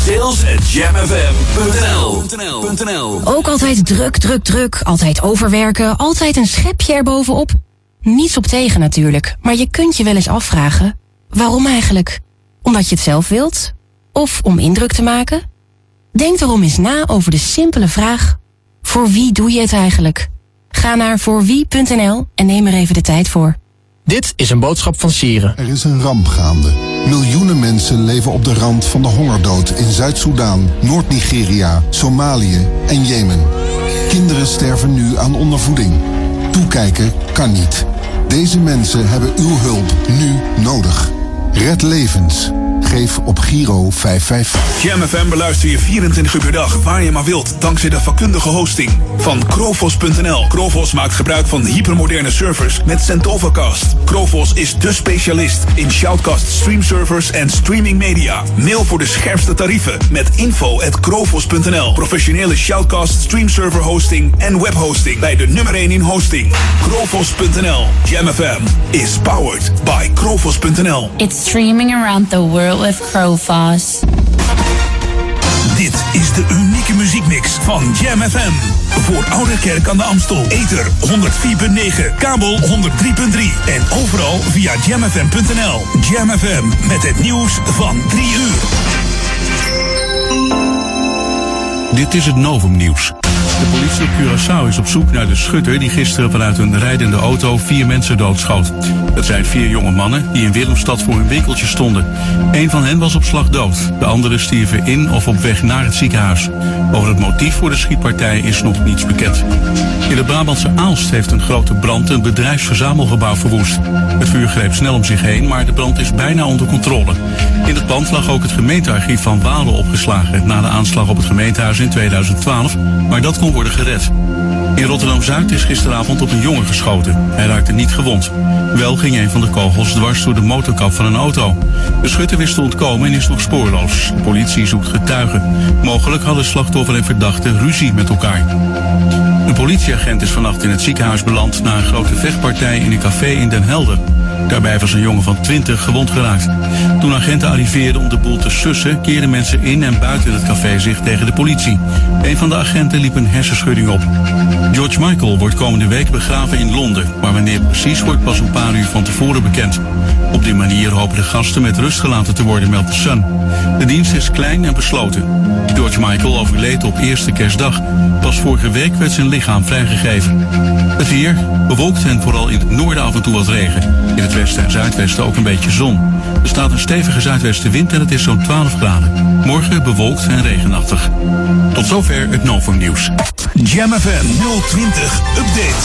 sales@jamfm.nl. Ook altijd druk. Altijd overwerken. Altijd een schepje erbovenop. Niets op tegen natuurlijk. Maar je kunt je wel eens afvragen. Waarom eigenlijk? Omdat je het zelf wilt? Of om indruk te maken? Denk daarom eens na over de simpele vraag. Voor wie doe je het eigenlijk? Ga naar voorwie.nl en neem er even de tijd voor. Dit is een boodschap van Sieren. Er is een ramp gaande. Miljoenen mensen leven op de rand van de hongerdood in Zuid-Soedan, Noord-Nigeria, Somalië en Jemen. Kinderen sterven nu aan ondervoeding. Toekijken kan niet. Deze mensen hebben uw hulp nu nodig. Red levens. Geef op Giro 555. Jam FM beluister je 24 uur per dag, waar je maar wilt, dankzij de vakkundige hosting van Crofos.nl. Crofos maakt gebruik van hypermoderne servers met Centovacast. Crofos is dé specialist in shoutcast streamservers en streaming media. Mail voor de scherpste tarieven met info@crofos.nl. Professionele shoutcast streamserver hosting en webhosting bij de nummer 1 in hosting. Crofos.nl. Jam FM is powered by Crofos.nl. It's streaming around the world with Crofos. Dit is de unieke muziekmix van Jam FM. Voor Ouderkerk aan de Amstel. Ether 104.9, kabel 103.3 en overal via jamfm.nl. Jam FM met het nieuws van 3 uur. Dit is het Novum Nieuws. De politie op Curaçao is op zoek naar de schutter die gisteren vanuit een rijdende auto 4 mensen doodschoot. Het zijn 4 jonge mannen die in Willemstad voor hun winkeltje stonden. Eén van hen was op slag dood. De anderen stierven in of op weg naar het ziekenhuis. Over het motief voor de schietpartij is nog niets bekend. In de Brabantse Aalst heeft een grote brand een bedrijfsverzamelgebouw verwoest. Het vuur greep snel om zich heen, maar de brand is bijna onder controle. In het pand lag ook het gemeentearchief van Walen opgeslagen na de aanslag op het gemeentehuis in 2012, maar dat kon worden gered. In Rotterdam-Zuid is gisteravond op een jongen geschoten. Hij raakte niet gewond. Wel ging een van de kogels dwars door de motorkap van een auto. De schutter wist te ontkomen en is nog spoorloos. De politie zoekt getuigen. Mogelijk hadden slachtoffer en verdachte ruzie met elkaar. Een politieagent is vannacht in het ziekenhuis beland na een grote vechtpartij in een café in Den Helder. Daarbij was een jongen van 20 gewond geraakt. Toen agenten arriveerden om de boel te sussen, keerden mensen in en buiten het café zich tegen de politie. Een van de agenten liep een hersenschudding op. George Michael wordt komende week begraven in Londen, maar wanneer precies wordt pas een paar uur van tevoren bekend. Op die manier hopen de gasten met rust gelaten te worden, meldt The Sun. De dienst is klein en besloten. George Michael overleed op eerste kerstdag. Pas vorige week werd zijn lichaam vrijgegeven. Het weer bewolkt en vooral in het noorden af en toe wat regen. In het westen en zuidwesten ook een beetje zon. Er staat een stevige zuidwestenwind en het is zo'n 12 graden. Morgen bewolkt en regenachtig. Tot zover het Novum Nieuws. Jam FM 020 Update.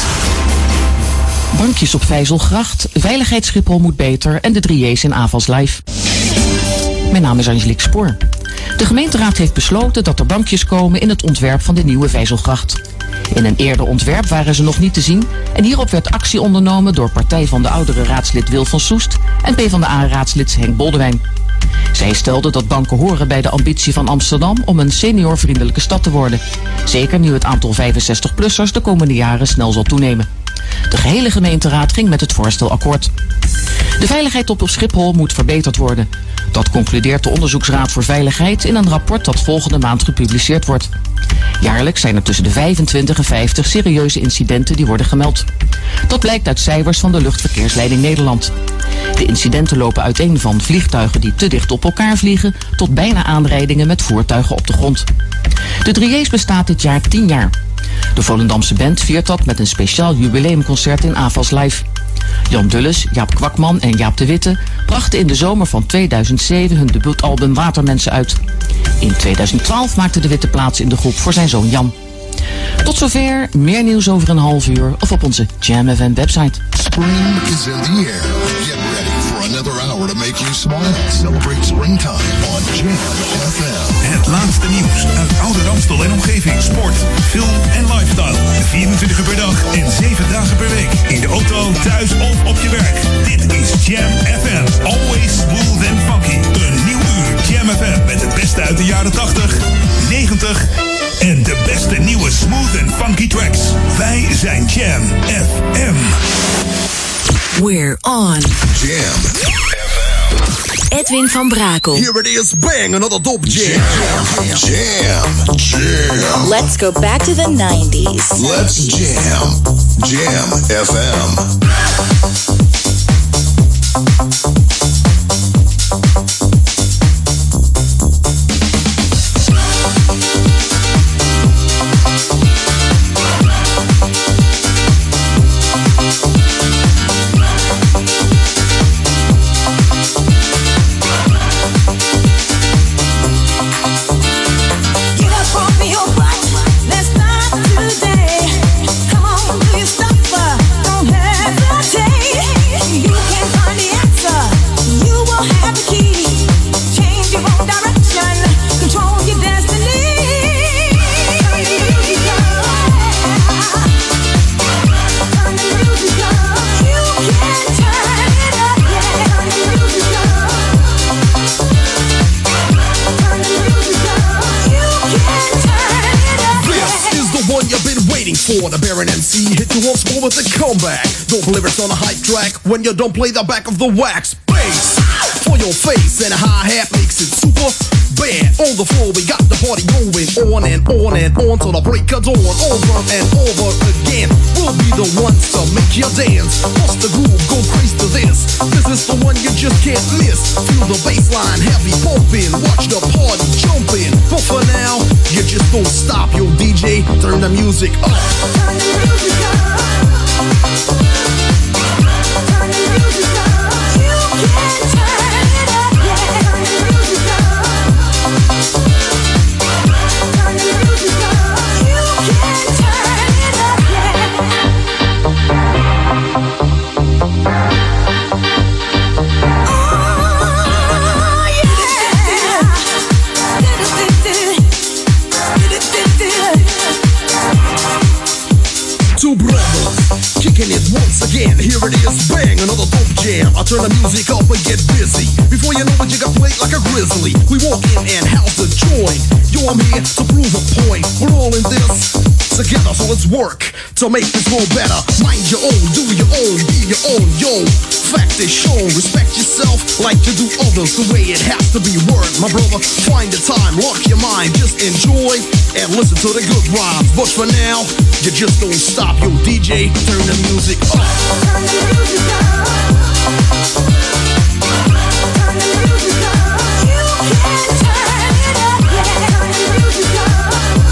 Bankjes op Vijzelgracht, Veiligheid Schiphol moet beter en de 3J's in AVAS Live. Mijn naam is Angelique Spoor. De gemeenteraad heeft besloten dat er bankjes komen in het ontwerp van de nieuwe Vijzelgracht. In een eerder ontwerp waren ze nog niet te zien en hierop werd actie ondernomen door Partij van de Oudere raadslid Wil van Soest en PvdA-raadslid Henk Boldewijn. Zij stelden dat banken horen bij de ambitie van Amsterdam om een seniorvriendelijke stad te worden. Zeker nu het aantal 65-plussers de komende jaren snel zal toenemen. De gehele gemeenteraad ging met het voorstel akkoord. De veiligheid op Schiphol moet verbeterd worden. Dat concludeert de Onderzoeksraad voor Veiligheid in een rapport dat volgende maand gepubliceerd wordt. Jaarlijks zijn er tussen de 25 en 50 serieuze incidenten die worden gemeld. Dat blijkt uit cijfers van de Luchtverkeersleiding Nederland. De incidenten lopen uiteen van vliegtuigen die te dicht op elkaar vliegen tot bijna aanrijdingen met voertuigen op de grond. De 3J's bestaat dit jaar 10 jaar. De Volendamse band viert dat met een speciaal jubileumconcert in AVAS Live. Jan Dulles, Jaap Kwakman en Jaap de Witte brachten in de zomer van 2007 hun debuutalbum Watermensen uit. In 2012 maakte de Witte plaats in de groep voor zijn zoon Jan. Tot zover, meer nieuws over een half uur of op onze Jam FM website. Spring is in the air. Get ready for another hour to make you smile. Celebrate springtime on Jam FM. Het laatste nieuws uit Ouder Amstel en omgeving. omgeving, sport, film en lifestyle. 24 uur per dag en 7 dagen per week. In de auto, thuis of op je werk. Dit is Jam FM. Always smooth and funky. Een nieuw uur Jam FM met het beste uit de jaren 80, 90 en de beste nieuwe smooth and funky tracks. Wij zijn Jam FM. We're on Jam FM. Edwin van Brakel. Here it is, bang, another dope jam. Jam. Let's go back to the 90s. Let's jam. Jam FM. For the Baron MC, hit you once more with a comeback. Dope lyrics on a hype track when you don't play the back of the wax. Bass for your face and a hi-hat makes it super bad. On the floor we got the party going on and on and on till the break of dawn. Over and over again, we'll be the ones to make you dance. Bust the groove, go crazy to this. This is the one you just can't miss. Feel the bass line heavy pumping, watch the party jumping. But for now, you just don't stop, yo DJ, turn the music up. Turn the music up. Turn the music up. You can turn it up, yeah. Turn the music up. Turn the music up. You can turn it up, yeah. Oh, yeah. Two brothers kicking it once again. Here it is, bang, another dope jam. I turn the music up and get busy. Before you know it, you got played like a grizzly. We walk in and house the joint. Yo, I'm here to prove a point. We're all in this together, so let's work to make this world better. Mind your own, do your own, be your own, yo. Fact is shown, respect yourself like you do others the way it has to be. Word, my brother, find the time, lock your mind, just enjoy and listen to the good rhymes. But for now, you just don't stop, yo DJ, turn the music up. Turn the music up. Turn the music up. You can turn it up, yeah. Turn the music up.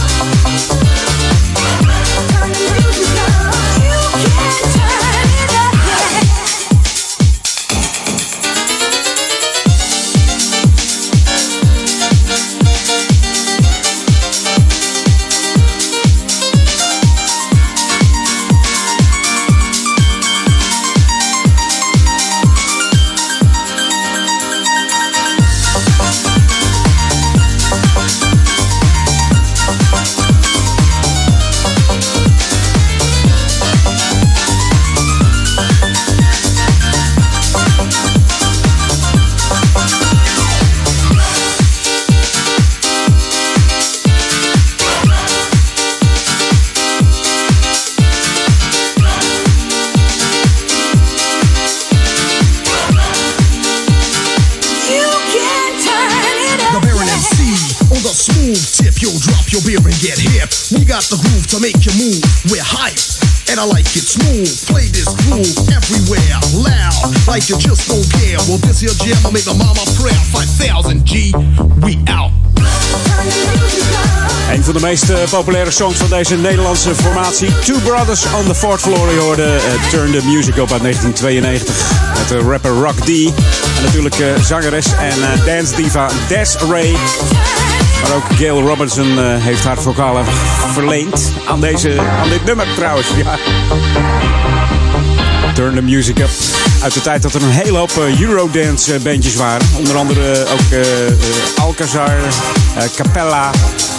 Turn the music up. You can turn it up, yeah. Your beer and get hip. We got the groove to make you move. We're hype, and I like it smooth. Play this groove everywhere, loud, like you just don't care. Well, this here jam will make the mama prayer. 5000 G, we out. Een van de meest populaire songs van deze Nederlandse formatie. Two Brothers on the Fourth Floor. Je hoorde Turn the Music Up uit 1992. Met de rapper Rock D. En natuurlijk zangeres en dance diva Des'Ree. Maar ook Gail Robinson heeft haar vocalen verleend aan dit nummer trouwens. Ja. Turn the Music Up. Uit de tijd dat er een hele hoop Eurodance bandjes waren. Onder andere ook Alcazar, Capella,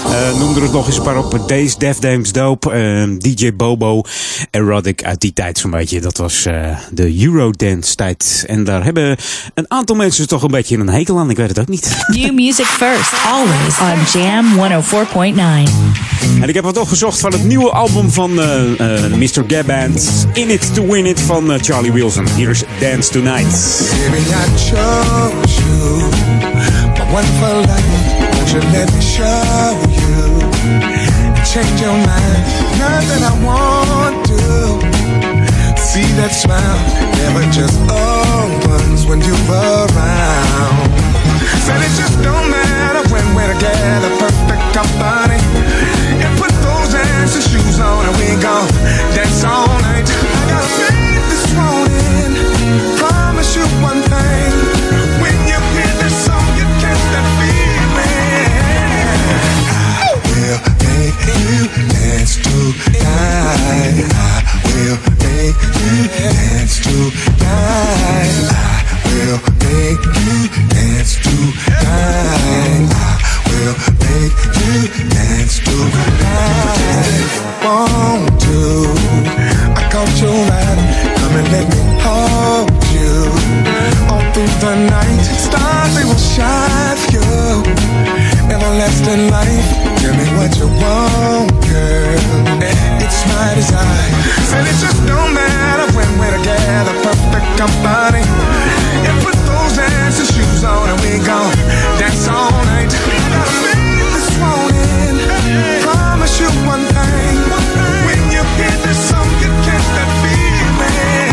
Noem er het nog eens een paar op. Days, Def Dames Dope, DJ Bobo, Erotic uit die tijd zo'n beetje. Dat was de Eurodance tijd. En daar hebben een aantal mensen toch een beetje een hekel aan. Ik weet het ook niet. New music first, always on Jam 104.9. En ik heb wat opgezocht van het nieuwe album van Mr. Gab Band. In It to Win It van Charlie Wilson. Hier is Dance Tonight. Baby, I chose you, my one for life. Won't you let me show you? Change your mind, not that I want to. See that smile, never just opens when you're around. Said it just don't matter when we're together, perfect company. And put those dancing shoes on and we gon' dance all night. I gotta make this morning, promise you one thing. When you hear this song, you catch that feeling. I will make you dance tonight. I will make you dance tonight. I will make you dance tonight. I will make you dance tonight. Want to? I caught you right. Come and let me hold you. All through the night, stars they will shine for you. Everlasting life. Tell me what you want, girl. It's my desire. Said it just don't matter when we're together. Perfect company. And put those dancing shoes on and we gon' dance all night. Gotta make this morning. Promise you one thing. When you hear this song, you catch that feeling.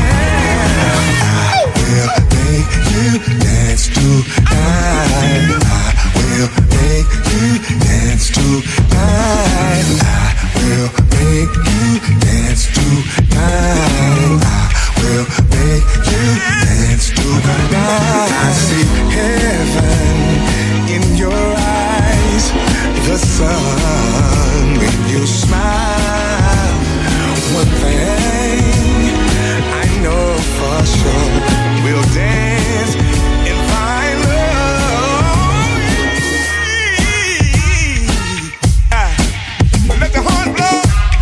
I will make you dance tonight. I will make you dance tonight. I will make you dance tonight. I will make you dance tonight. I see heaven in your eyes, the sun when you smile. One thing I know for sure, we'll dance and find love. Let the heart blow.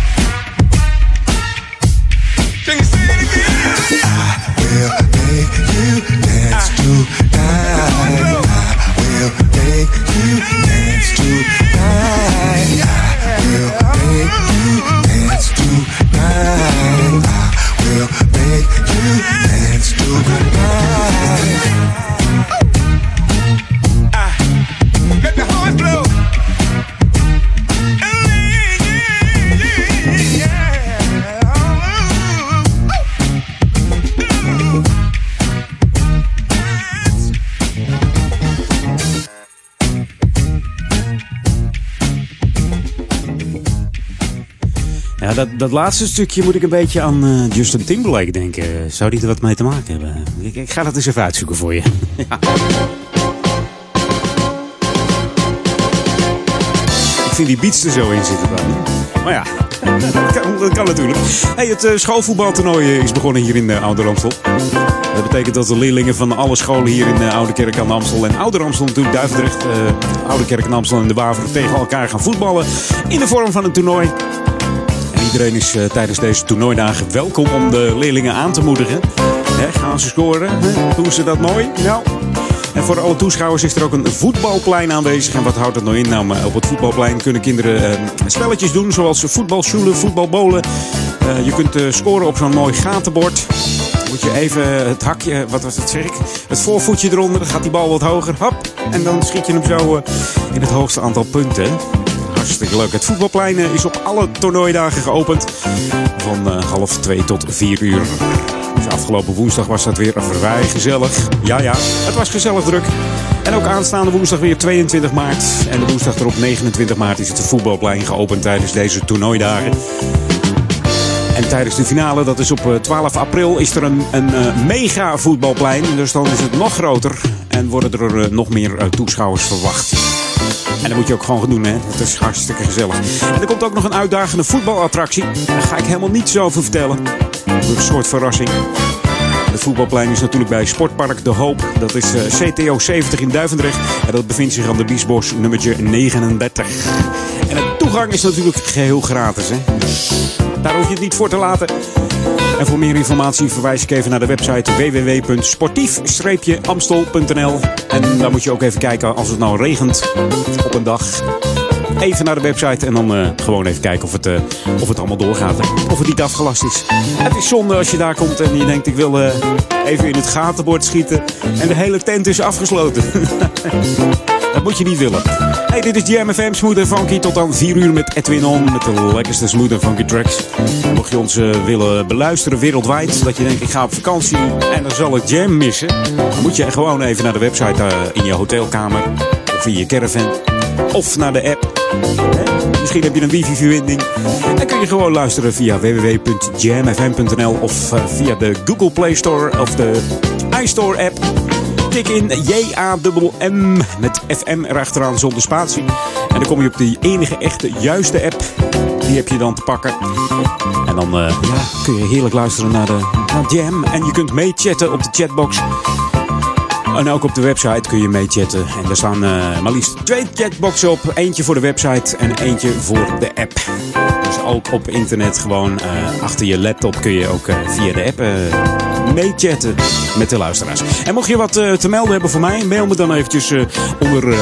Can you say it again? I will make you dance tonight. I will make you dance tonight. I will make you dance tonight. I will make you dance tonight. Let the heart blow. Ja, dat laatste stukje moet ik een beetje aan Justin Timberlake denken. Zou die er wat mee te maken hebben? Ik ga dat eens even uitzoeken voor je. Ja. Ik vind die beats er zo in zitten dan. Maar ja, dat kan natuurlijk. Hey, het schoolvoetbaltoernooi is begonnen hier in Ouder Amstel. Dat betekent dat de leerlingen van alle scholen hier in Oude Kerk aan de Amstel en Ouder Amstel natuurlijk Duivendrecht, Oude Kerk aan de Amstel en de Waver tegen elkaar gaan voetballen in de vorm van een toernooi. Iedereen is tijdens deze toernooidagen welkom om de leerlingen aan te moedigen. Gaan ze scoren? Doen ze dat mooi? Nou. En voor alle toeschouwers is er ook een voetbalplein aanwezig. En wat houdt dat nou in? Nou, op het voetbalplein kunnen kinderen spelletjes doen. Zoals voetbalsjoelen, voetbalbolen. Je kunt scoren op zo'n mooi gatenbord. Moet je even het hakje, wat was het zeg ik? Het voorvoetje eronder. Dan gaat die bal wat hoger. Hop. En dan schiet je hem zo in het hoogste aantal punten. Hartstikke leuk. Het voetbalplein is op alle toernooidagen geopend. Van 1:30 tot 4:00. Dus afgelopen woensdag was dat weer vrij gezellig. Ja, het was gezellig druk. En ook aanstaande woensdag weer 22 maart. En de woensdag erop 29 maart is het voetbalplein geopend tijdens deze toernooidagen. En tijdens de finale, dat is op 12 april, is er een mega voetbalplein. Dus dan is het nog groter en worden er nog meer toeschouwers verwacht. En dat moet je ook gewoon gaan doen, hè. Het is hartstikke gezellig. En er komt ook nog een uitdagende voetbalattractie. Daar ga ik helemaal niets over vertellen. Een soort verrassing. De voetbalplein is natuurlijk bij Sportpark De Hoop. Dat is CTO 70 in Duivendrecht. En dat bevindt zich aan de Biesbos nummertje 39. En de toegang is natuurlijk geheel gratis. Hè? Daar hoef je het niet voor te laten. En voor meer informatie verwijs ik even naar de website www.sportief-amstel.nl. En daar moet je ook even kijken als het nou regent op een dag. Even naar de website en dan gewoon even kijken of het allemaal doorgaat. Hè? Of het niet afgelast is. Het is zonde als je daar komt en je denkt ik wil even in het gatenbord schieten. En de hele tent is afgesloten. Dat moet je niet willen. Hey, dit is Jam FM, Smooth & Funky. Tot dan 4 uur met Edwin On. Met de lekkerste Smooth & Funky tracks. Mocht je ons willen beluisteren wereldwijd. Dat je denkt ik ga op vakantie en dan zal ik Jam missen. Dan moet je gewoon even naar de website in je hotelkamer. Of in je caravan. Of naar de app. Misschien heb je een wifi-verbinding. Dan kun je gewoon luisteren via www.jamfm.nl. Of via de Google Play Store of de iStore app. Tik in JAMM met FM erachteraan zonder spatie. En dan kom je op die enige echte juiste app. Die heb je dan te pakken. En dan kun je heerlijk luisteren naar Jam. En je kunt meechatten op de chatbox. En ook op de website kun je meechatten. En er staan maar liefst 2 chatboxen op. Eentje voor de website en eentje voor de app. Dus ook op internet gewoon achter je laptop kun je ook via de app meechatten met de luisteraars. En mocht je wat te melden hebben voor mij, mail me dan eventjes onder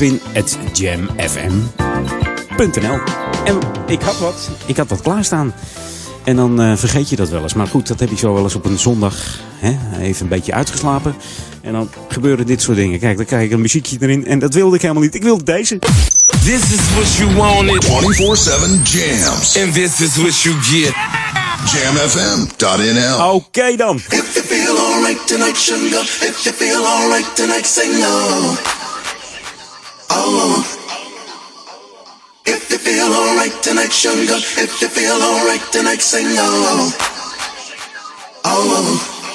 edwin@jamfm.nl. En ik had wat klaarstaan. En dan vergeet je dat wel eens. Maar goed, dat heb ik zo wel eens op een zondag. Hè? Even een beetje uitgeslapen. En dan gebeuren dit soort dingen. Kijk, dan krijg ik een muziekje erin. En dat wilde ik helemaal niet. Ik wilde deze. This is what you wanted. 24/7 jams. And this is what you get. JamFM.nl. Oké dan. If you feel alright tonight, sugar. If you feel alright tonight, say no. Oh. If you feel alright tonight, sugar. If you feel alright tonight, say no. Oh.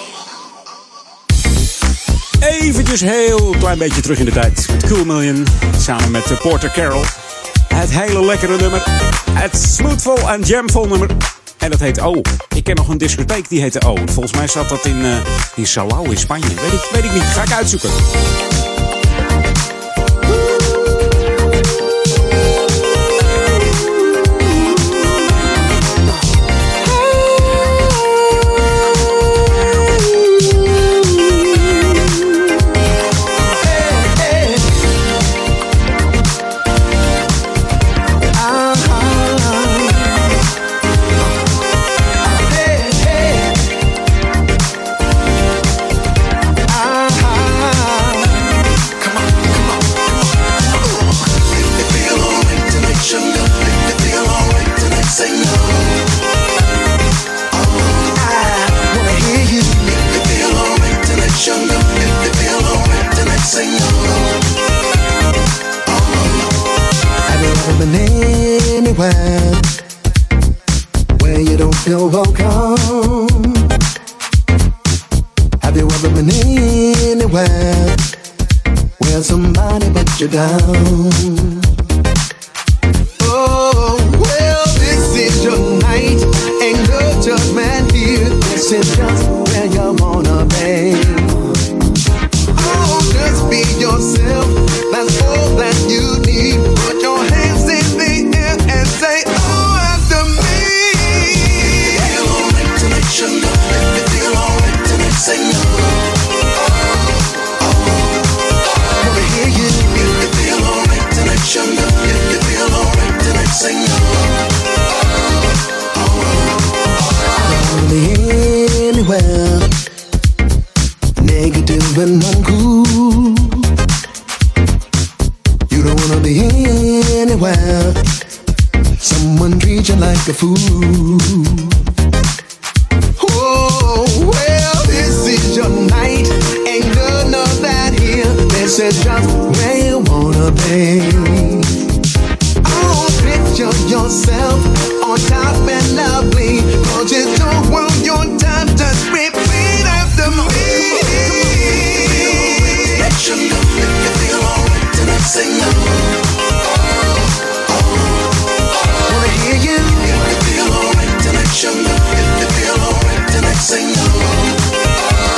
Eventjes heel klein beetje terug in de tijd. Met Cool Million samen met Porter Carroll. Het hele lekkere nummer. Het smoothful en jamful nummer. En dat heet O. Ik ken nog een discotheek die heette O. Volgens mij zat dat in Salau in Spanje. Weet ik niet. Ga ik uitzoeken. Anywhere where you don't feel welcome. Have you ever been anywhere where somebody put you down? Oh, well, this is your night. Ain't no judgment here. This is just where you wanna be. Oh, just be yourself. That's all that you need. Put your hands in the air and say, oh, after me. If you feel alright tonight, sugar. If you feel alright tonight, say no. Wanna hear you. If you feel alright tonight, sugar. If you feel alright tonight, say no. Wanna be anywhere negative and uncool. You don't wanna be anywhere someone treats you like a fool. Oh, well, this is your night. Ain't none of that here. This is just where you wanna be. Oh, picture yourself on top and lovely. 'Cause you don't want your time to repeat after me. If you feel alright tonight, say no. Wanna hear you. If you feel alright tonight, sugar. If you feel alright tonight, say no.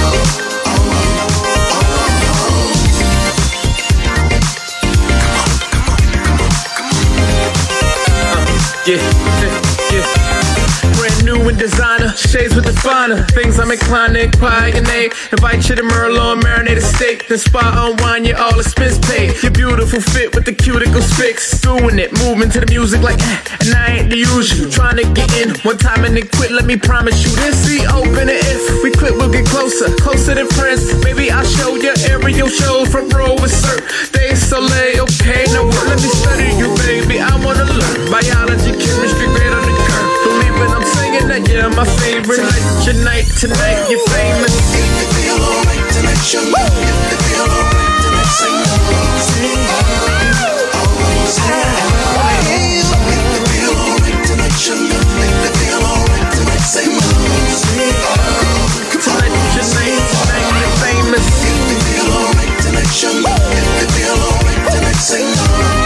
Brand new and designer, shades with the finer. Things I'm inclined to inquire your name. Invite you to Merlot, marinated steak. Then spa, unwind, you all expense paid. Your beautiful fit with the cuticles fixed. Doing it, moving to the music like and I ain't the usual. Trying to get in one time and then quit, let me promise you this. See, open it if we quit, we'll get closer. Closer than friends. Maybe I'll show you aerial shows from row with cert. They soleil, okay, now let me study you, baby. I wanna learn biology, chemistry, grade on the curve. Believe when I'm singing that, yeah, my favorite. Tonight, you're famous. If you feel alright tonight, show me. If you feel alright tonight, sing along. Sing along. If you feel alright tonight, show me. If you feel alright tonight, sing along. Sing tonight, you're famous. If you feel alright tonight, show me. If you feel alright tonight, sing along.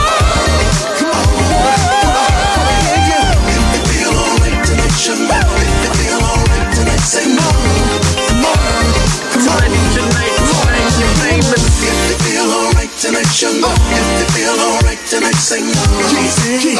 If you feel alright tonight, sing along. Tonight, you're famous. If you feel alright tonight, show me. If you feel alright tonight, sing along. Sing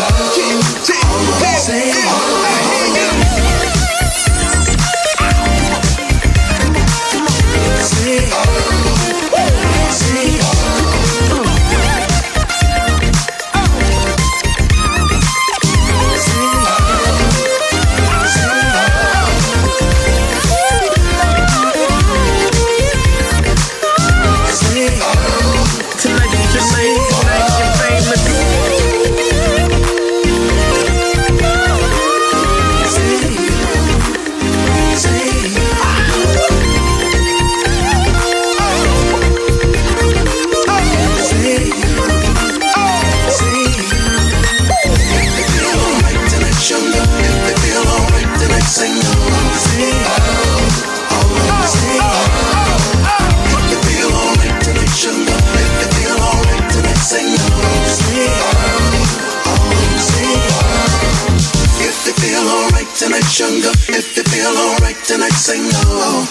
Sugar, if you feel alright tonight, sing oh,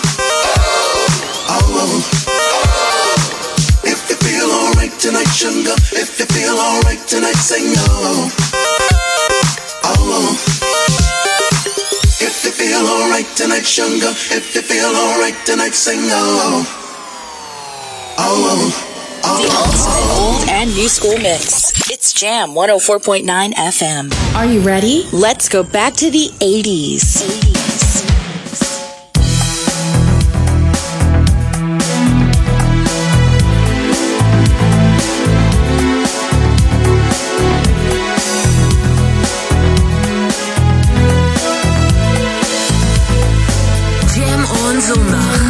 oh, oh. If you feel alright tonight, sugar, if you feel alright tonight, sing oh, oh, oh. If you feel alright tonight, sugar, if you feel alright tonight, sing oh, oh, oh. The ultimate old and new school mix. It's Jam 104.9 FM. Are you ready? Let's go back to the 80s. Jam on zondag.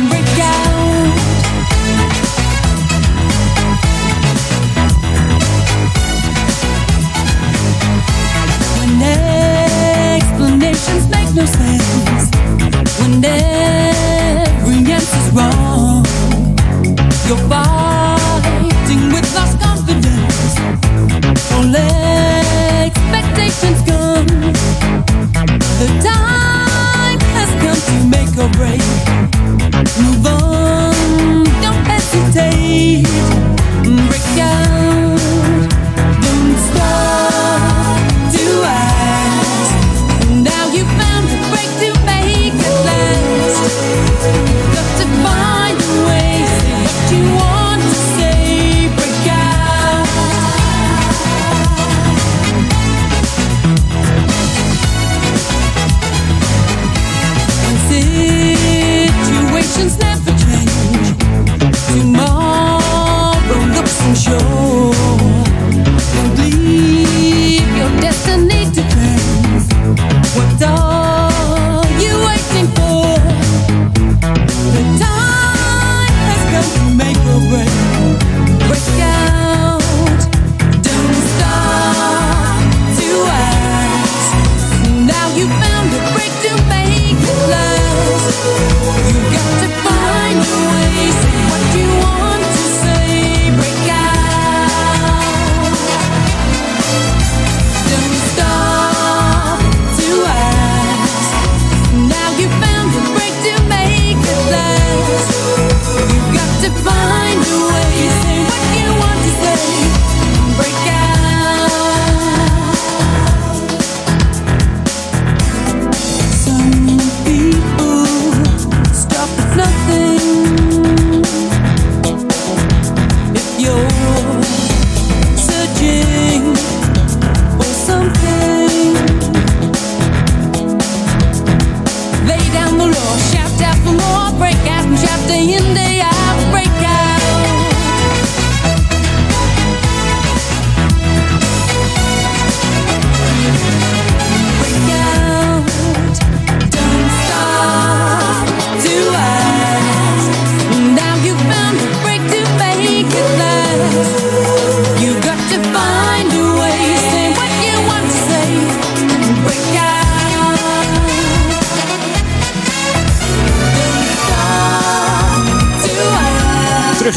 Explanations make no sense.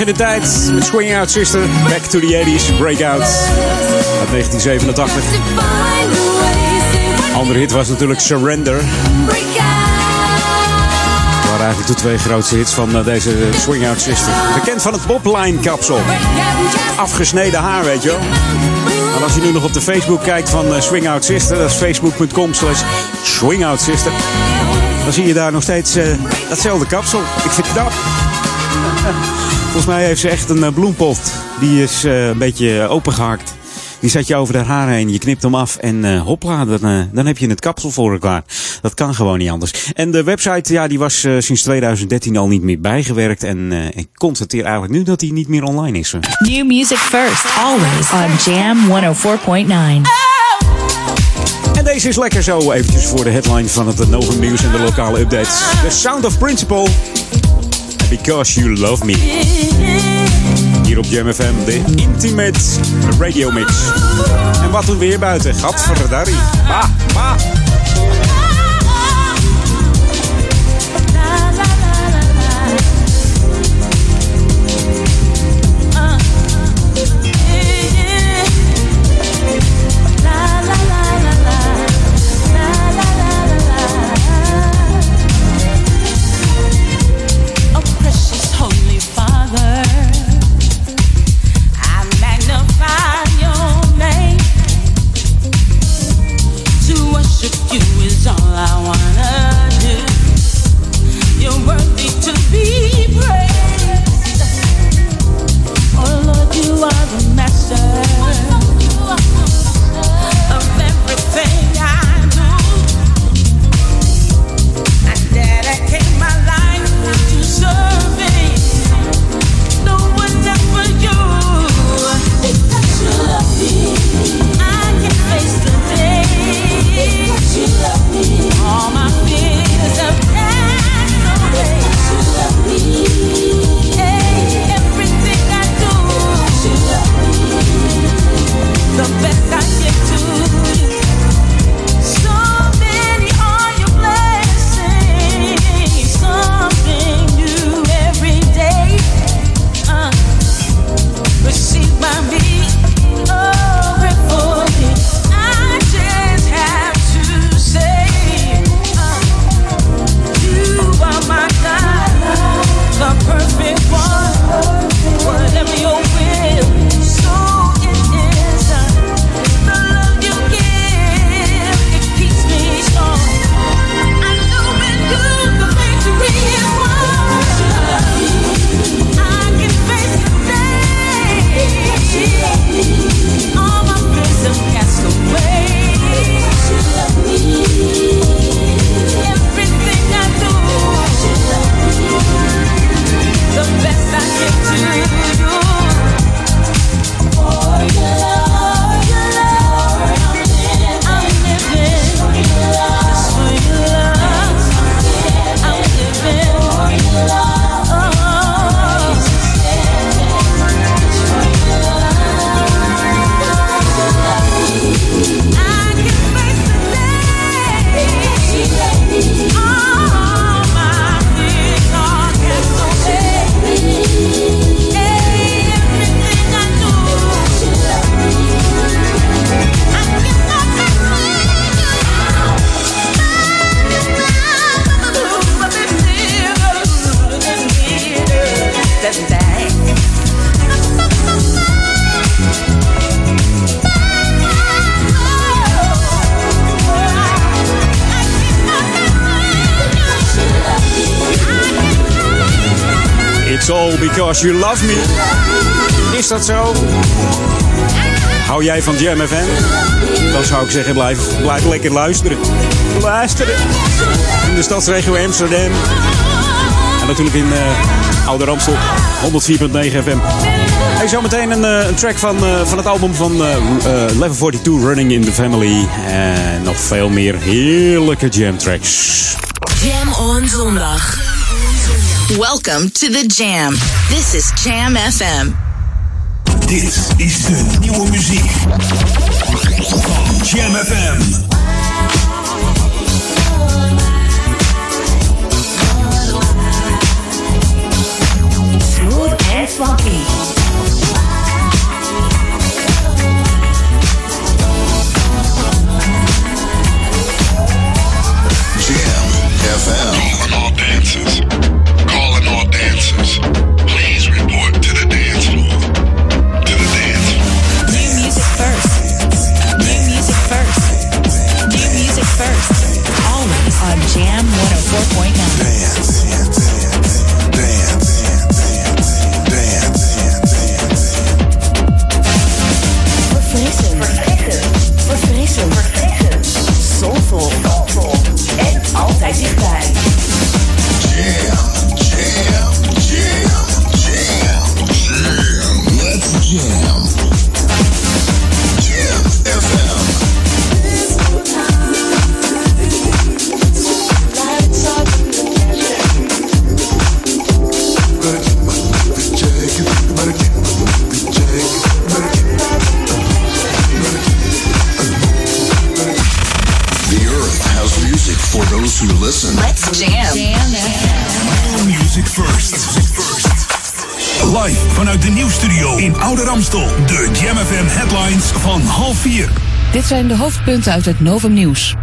in de tijd met Swing Out Sister. Back to the 80s, Breakout uit 1987. Andere hit was natuurlijk Surrender. Dat waren eigenlijk de twee grootste hits van deze Swing Out Sister. Bekend van het Bobline kapsel. Afgesneden haar, weet je wel. En als je nu nog op de Facebook kijkt van Swing Out Sister, dat is facebook.com/swingoutsister. Dan zie je daar nog steeds datzelfde kapsel. Ik vind het knap. Volgens mij heeft ze echt een bloempot. Die is een beetje opengehakt. Die zet je over haar haar heen. Je knipt hem af en hopla, dan heb je het kapsel voor haar klaar. Dat kan gewoon niet anders. En de website, ja, die was sinds 2013 al niet meer bijgewerkt. En ik constateer eigenlijk nu dat die niet meer online is. New music first, always on Jam 104.9. En deze is lekker zo, eventjes voor de headline van het Novum Nieuws en de lokale updates. The Sound of Principle. Because You Love Me. Hier op Jam FM, de Intimate Radio Mix. En wat doen we hier buiten? Gadverdarrie. Bah, bah. Because You Love Me. Is dat zo? Hou jij van Jam FM? Dan zou ik zeggen, blijf lekker luisteren. Luisteren. In de stadsregio Amsterdam. En natuurlijk in Oude Ramstel. 104.9 FM. Hey, zometeen een track van het album van Level 42, Running in the Family. En nog veel meer heerlijke jam tracks. Jam on zondag. Welcome to the Jam. This is Jam FM. Dit is de nieuwe muziek van Jam FM. Smooth and funky. Jam FM. Calling all dancers. Calling all dancers. Please report to the dance floor. To the dance floor. New music first. New music first. New music first. Always on Jam 104.9. Dance. Verfrissend. Soulful. En altijd dichtbij. Jam. Let's jam. Jam FM. For those who listen. Let's jam. Music first. Live vanuit de nieuwsstudio in Oude Ramstel. De Jam FM headlines van 3:30. Dit zijn de hoofdpunten uit het Novum Nieuws.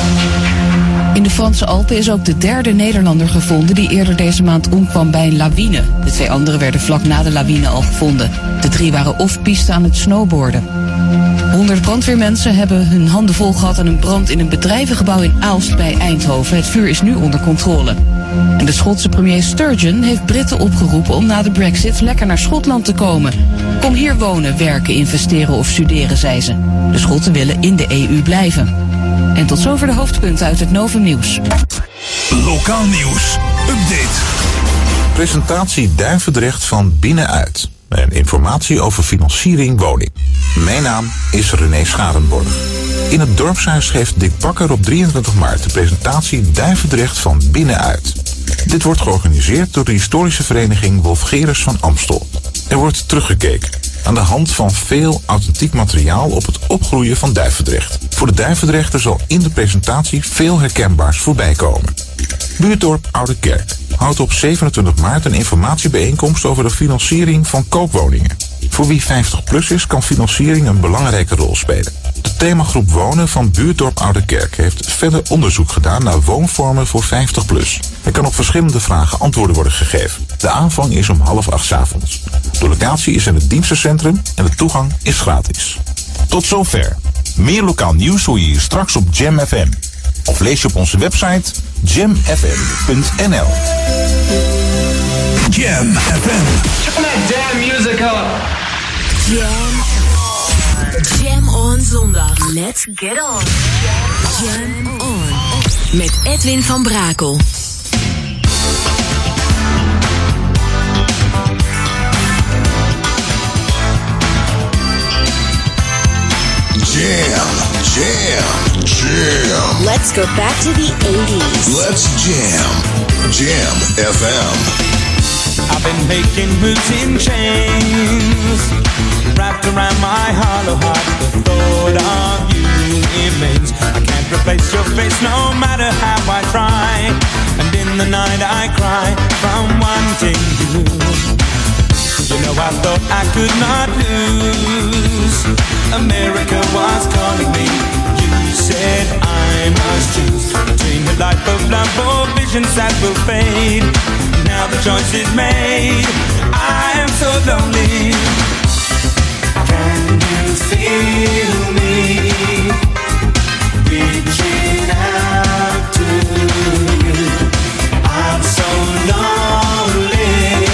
In de Franse Alpen is ook de derde Nederlander gevonden die eerder deze maand omkwam bij een lawine. De 2 anderen werden vlak na de lawine al gevonden. De 3 waren off-piste aan het snowboarden. 100 brandweermensen hebben hun handen vol gehad aan een brand in een bedrijvengebouw in Aalst bij Eindhoven. Het vuur is nu onder controle. En de Schotse premier Sturgeon heeft Britten opgeroepen om na de Brexit lekker naar Schotland te komen. Kom hier wonen, werken, investeren of studeren, zei ze. De Schotten willen in de EU blijven. En tot zover de hoofdpunten uit het Novum Nieuws. Lokaal nieuws. Update. Presentatie Duivendrecht van binnenuit. En informatie over financiering woning. Mijn naam is René Scharenborg. In het dorpshuis geeft Dick Bakker op 23 maart de presentatie Duivendrecht van binnenuit. Dit wordt georganiseerd door de historische vereniging Wolfgerus van Amstel. Er wordt teruggekeken aan de hand van veel authentiek materiaal op het opgroeien van Duivendrecht. Voor de Duivendrechter zal in de presentatie veel herkenbaars voorbij komen. Buurtdorp Oude Kerk houdt op 27 maart een informatiebijeenkomst over de financiering van koopwoningen. Voor wie 50+ is, kan financiering een belangrijke rol spelen. De themagroep Wonen van Buurtdorp Oude Kerk heeft verder onderzoek gedaan naar woonvormen voor 50+. Er kan op verschillende vragen antwoorden worden gegeven. De aanvang is om 7:30 'avonds. De locatie is in het dienstencentrum en de toegang is gratis. Tot zover. Meer lokaal nieuws hoor je hier straks op Jam FM. Of lees je op onze website jamfm.nl. Jam FM. Turn that damn music up. Jam on zondag. Let's get on. Jam on. Met Edwin van Brakel. Jam. Let's go back to the 80s. Let's jam. Jam FM. I've been making moves in chains, wrapped around my hollow heart. The thought of you remains. I can't replace your face no matter how I try. And in the night I cry from wanting you. You know I thought I could not lose. America was calling me. You said I must choose between the life of love or visions that will fade. Now the choice is made. I am so lonely. Can you feel me reaching out to you? I'm so lonely.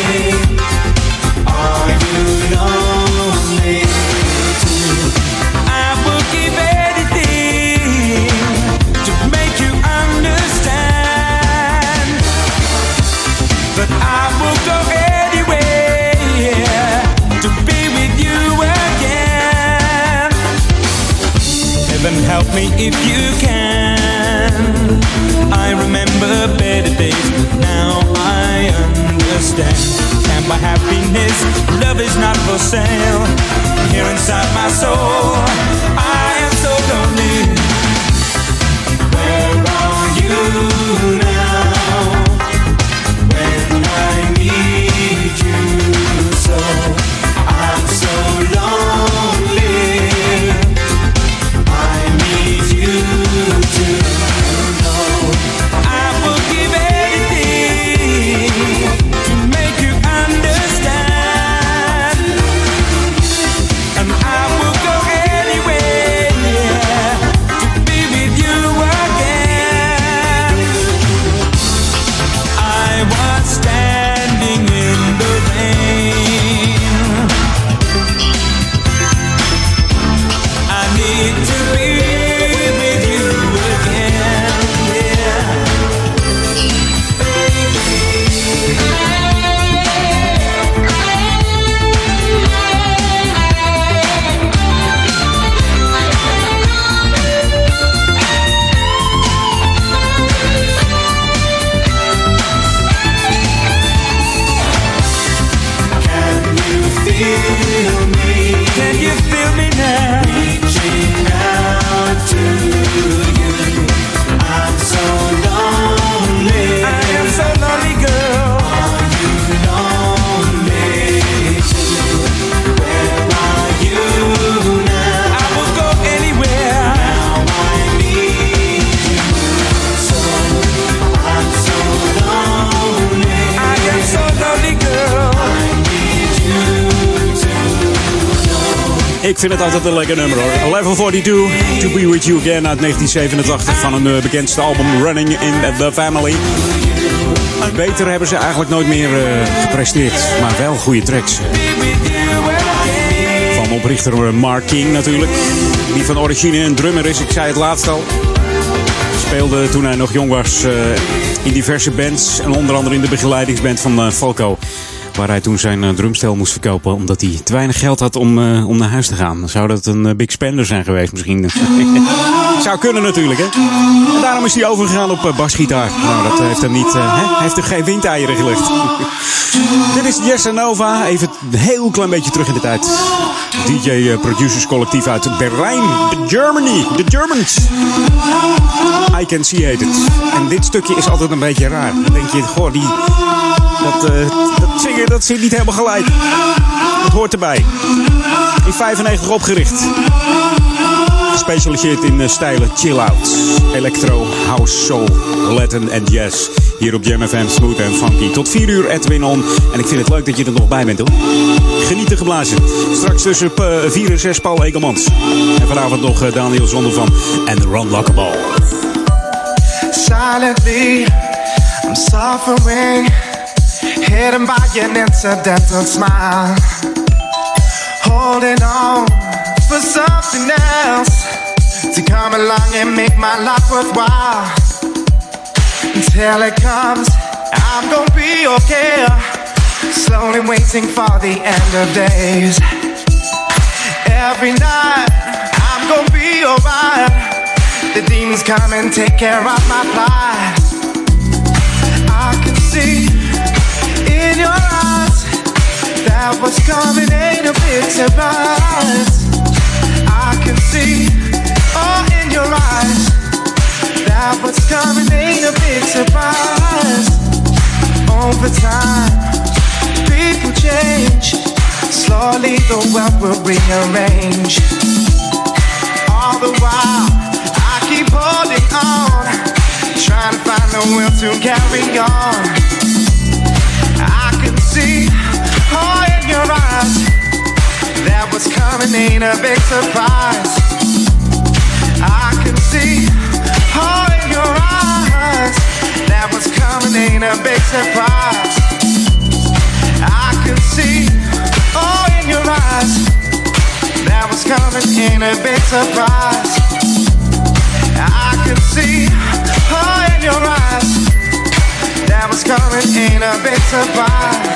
Are you lonely too? I will give anything to make you understand, but I will go anywhere to be with you again. Heaven help me if you can. I remember better days, but now I understand. And my happiness, love is not for sale. Here inside my soul, I am so lonely. Where are you now? When I need you so. Ik vind het altijd een lekker nummer hoor. Level 42, To Be With You Again uit 1987 van een bekendste album Running in the Family. Beter hebben ze eigenlijk nooit meer gepresteerd, maar wel goede tracks. Van oprichter Mark King natuurlijk, die van origine een drummer is, ik zei het laatst al. Speelde toen hij nog jong was in diverse bands en onder andere in de begeleidingsband van Falco. Waar hij toen zijn drumstel moest verkopen omdat hij te weinig geld had om naar huis te gaan. Zou dat een big spender zijn geweest misschien? Zou kunnen natuurlijk, hè? En daarom is hij overgegaan op basgitaar. Nou, dat heeft hem niet... heeft hem geen windeieren gelegd. Dit is Jesse Nova. Even een heel klein beetje terug in de tijd. DJ-producers collectief uit Berlijn. Germany. The Germans. I Can See It. En dit stukje is altijd een beetje raar. Dan denk je, goh, dat zingen, dat zit niet helemaal gelijk. Dat hoort erbij. In 1995 opgericht. Gespecialiseerd in stijlen chill-out, electro, house, soul, Latin en jazz. Hier op Jam FM, smooth en funky. Tot 4 uur Edwin On. En ik vind het leuk dat je er nog bij bent hoor. Genieten geblazen. Straks tussen 4 en 6 Paul Egelmans. En vanavond nog Daniel Zondervan en Ron Lockable. Silently, I'm suffering. Hidden by an incidental smile. Holding on for something else to come along and make my life worthwhile. Until it comes, I'm gonna be okay. Slowly waiting for the end of days. Every night, I'm gonna be alright. The demons come and take care of my plight. I can see in your eyes that what's coming ain't a big surprise. I can see, oh, in your eyes that what's coming ain't a big surprise. Over time, people change. Slowly the world will rearrange. All the while, I keep holding on, trying to find the will to carry on. I can see, oh, in your eyes that what's coming ain't a big surprise. I can see, oh, in your eyes that what's coming ain't a big surprise. I can see, oh, in your eyes that what's coming ain't a big surprise. I can see, oh, in your eyes that what's coming ain't a big surprise.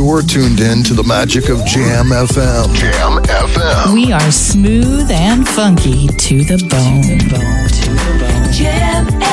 You're tuned in to the magic of Jam FM. Jam FM. We are smooth and funky to the bone. Jam FM.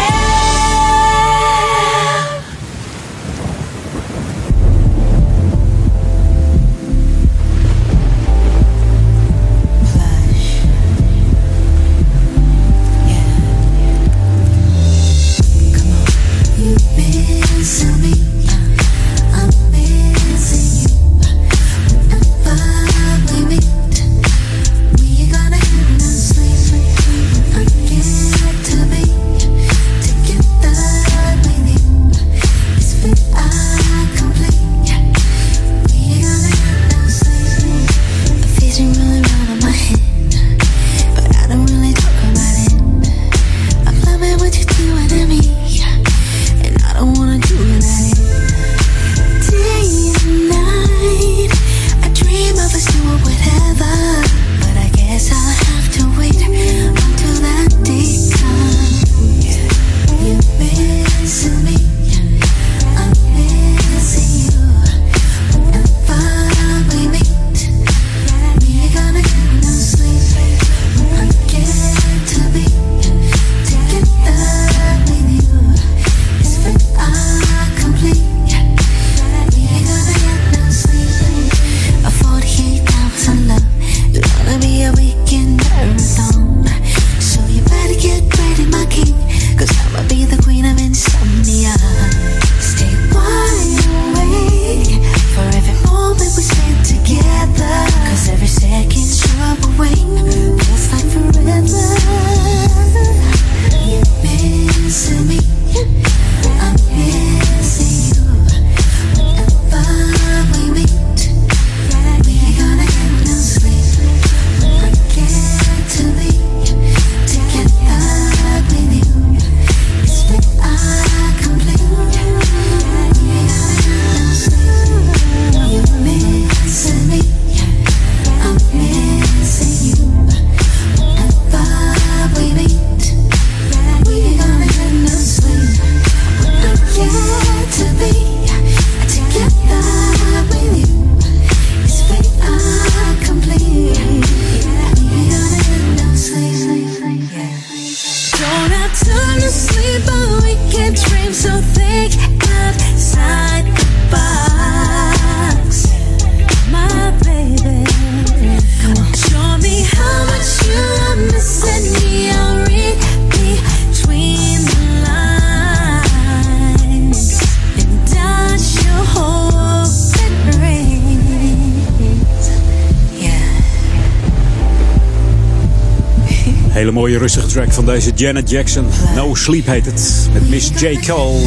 Hele mooie rustige track van deze Janet Jackson. No Sleep heet het. Met Miss J. Cole.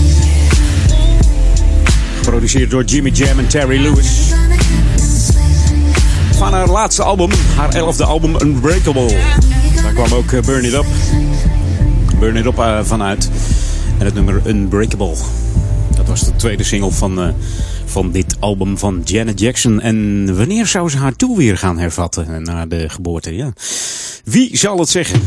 Geproduceerd door Jimmy Jam en Terry Lewis. Van haar laatste album, haar 11e album Unbreakable. Daar kwam ook Burn It Up. Burn It Up vanuit. En het nummer Unbreakable. Dat was de tweede single van dit album van Janet Jackson. En wanneer zou ze haar tour weer gaan hervatten na de geboorte? Ja. Wie zal het zeggen?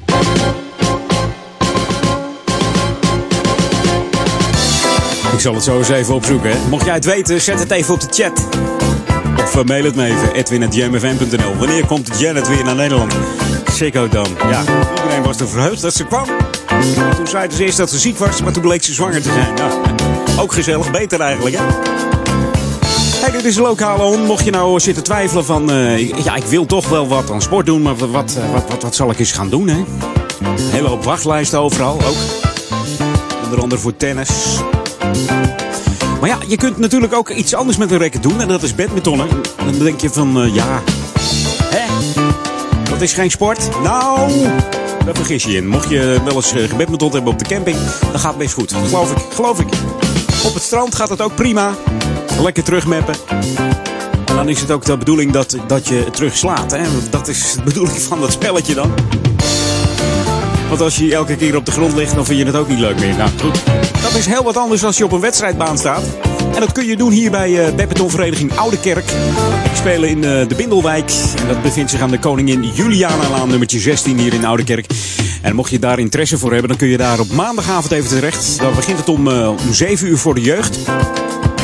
Ik zal het zo eens even opzoeken. Hè. Mocht jij het weten, zet het even op de chat. Of mail het me even, edwin@jamfm.nl. Wanneer komt Janet weer naar Nederland? Ziggo dan. Ja, iedereen was er verheugd dat ze kwam. Toen zeiden ze eerst dat ze ziek was, maar toen bleek ze zwanger te zijn. Ja, ook gezellig, beter eigenlijk, hè? Hey, dit is Lokale On. Mocht je nou zitten twijfelen van... ik wil toch wel wat aan sport doen, maar wat zal ik eens gaan doen, hè? Een hele hoop wachtlijsten overal, ook. Onder andere voor tennis. Maar ja, je kunt natuurlijk ook iets anders met een racket doen. En dat is badmintonnen. En dan denk je van, hè? Dat is geen sport? Nou, daar vergis je in. Mocht je wel eens gebadmintond hebben op de camping, dan gaat het best goed. Geloof ik. Op het strand gaat het ook prima. Lekker terugmappen. En dan is het ook de bedoeling dat je terug slaat. Hè? Dat is de bedoeling van dat spelletje dan. Want als je elke keer op de grond ligt, dan vind je het ook niet leuk meer. Nou goed, dat is heel wat anders als je op een wedstrijdbaan staat. En dat kun je doen hier bij badmintonvereniging Oude Kerk. Ik speel in de Bindelwijk. En dat bevindt zich aan de Koningin Julianalaan nummertje 16 hier in Oude Kerk. En mocht je daar interesse voor hebben, dan kun je daar op maandagavond even terecht. Dan begint het om 7 uur voor de jeugd.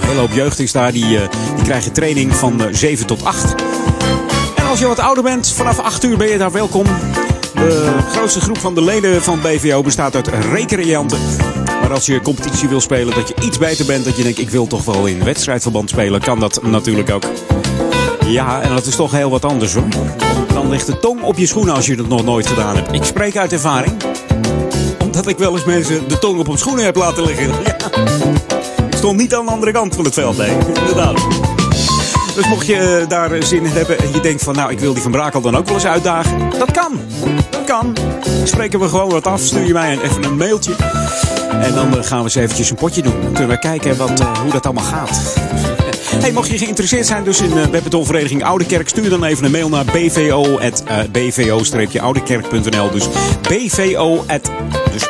Een hele hoop jeugd is daar, die krijgen training van 7 tot 8. En als je wat ouder bent, vanaf 8 uur ben je daar welkom. De grootste groep van de leden van BVO bestaat uit recreanten. Maar als je competitie wil spelen, dat je iets beter bent, dat je denkt, ik wil toch wel in wedstrijdverband spelen, kan dat natuurlijk ook. Ja, en dat is toch heel wat anders hoor. Dan ligt de tong op je schoenen als je dat nog nooit gedaan hebt. Ik spreek uit ervaring. Omdat ik wel eens mensen de tong op hun schoenen heb laten liggen. Ja. Ik stond niet aan de andere kant van het veld, nee. Inderdaad. Dus mocht je daar zin in hebben en je denkt van, nou, ik wil die Van Brakel dan ook wel eens uitdagen. Dat kan. Dat kan. Spreken we gewoon wat af. Stuur je mij even een mailtje. En dan gaan we eens eventjes een potje doen. Dan kunnen we kijken hoe dat allemaal gaat. Hey, mocht je geïnteresseerd zijn dus in badmintonvereniging Oudekerk, stuur dan even een mail naar bvo@bvo-oudekerk.nl. Dus bvo@ dus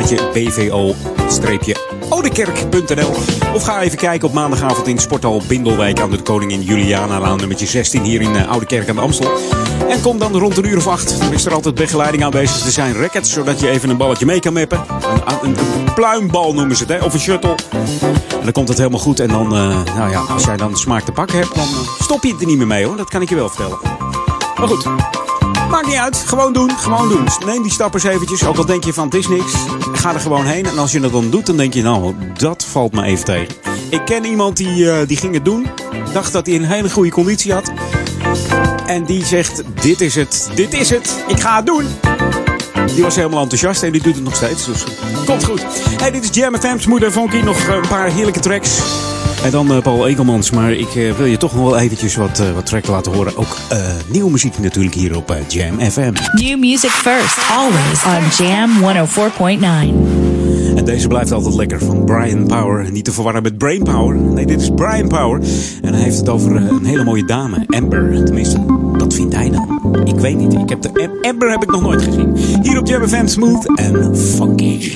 @bvo-oudekerk.nl. Of ga even kijken op maandagavond in Sporthal Bindelwijk aan de Koningin Julianalaan nummertje 16 hier in Oudekerk aan de Amstel. En kom dan rond 1:08. Dan is er altijd begeleiding aanwezig. Er zijn rackets, zodat je even een balletje mee kan meppen. Een pluimbal noemen ze het, hè? Of een shuttle. En dan komt het helemaal goed. En dan, nou ja, als jij dan de smaak te pakken hebt, dan stop je het er niet meer mee hoor. Dat kan ik je wel vertellen. Maar goed, maakt niet uit. Gewoon doen, gewoon doen. Neem die stappers eventjes. Ook al denk je van, het is niks. Ga er gewoon heen. En als je dat dan doet, dan denk je, nou, dat valt me even tegen. Ik ken iemand die ging het doen. Dacht dat hij een hele goede conditie had. En die zegt, dit is het, ik ga het doen. Die was helemaal enthousiast en die doet het nog steeds. Dus komt goed. Hey, dit is Jam FM, Smooth en Funky. Nog een paar heerlijke tracks. En dan Paul Ekelmans. Maar ik wil je toch nog wel eventjes wat tracks laten horen. Ook nieuwe muziek natuurlijk hier op Jam FM. New music first, always on Jam 104.9. En deze blijft altijd lekker van Brian Power. Niet te verwarren met Brain Power. Nee, dit is Brian Power. En hij heeft het over een hele mooie dame. Amber. Tenminste, dat vindt hij dan. Ik weet niet. Amber heb ik nog nooit gezien. Hier op Jam FM, Smooth en Funky.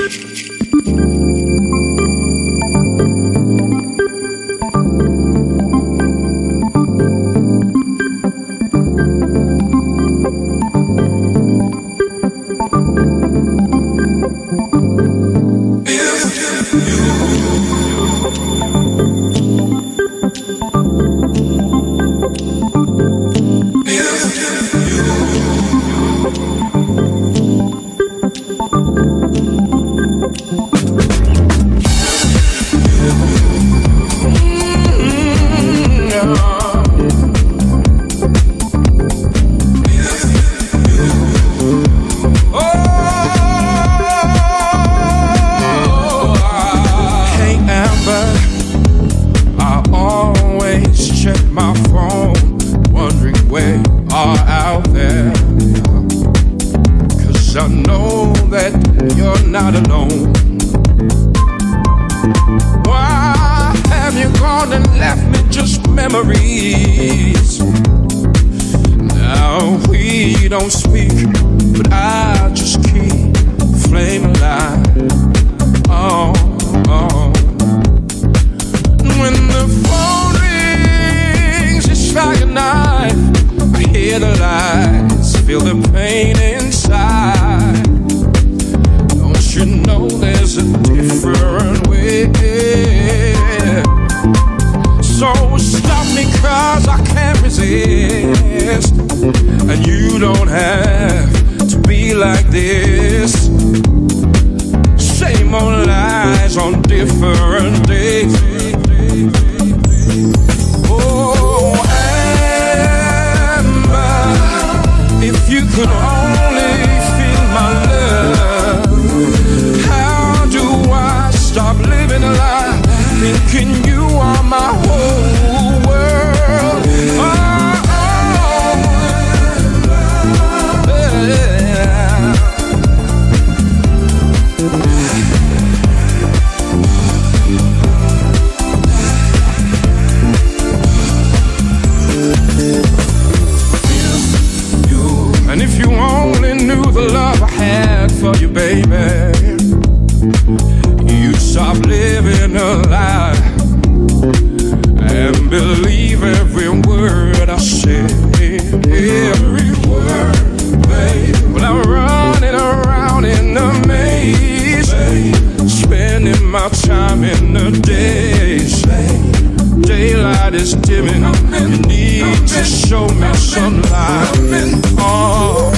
light is dimming. You need to show me some light. Oh,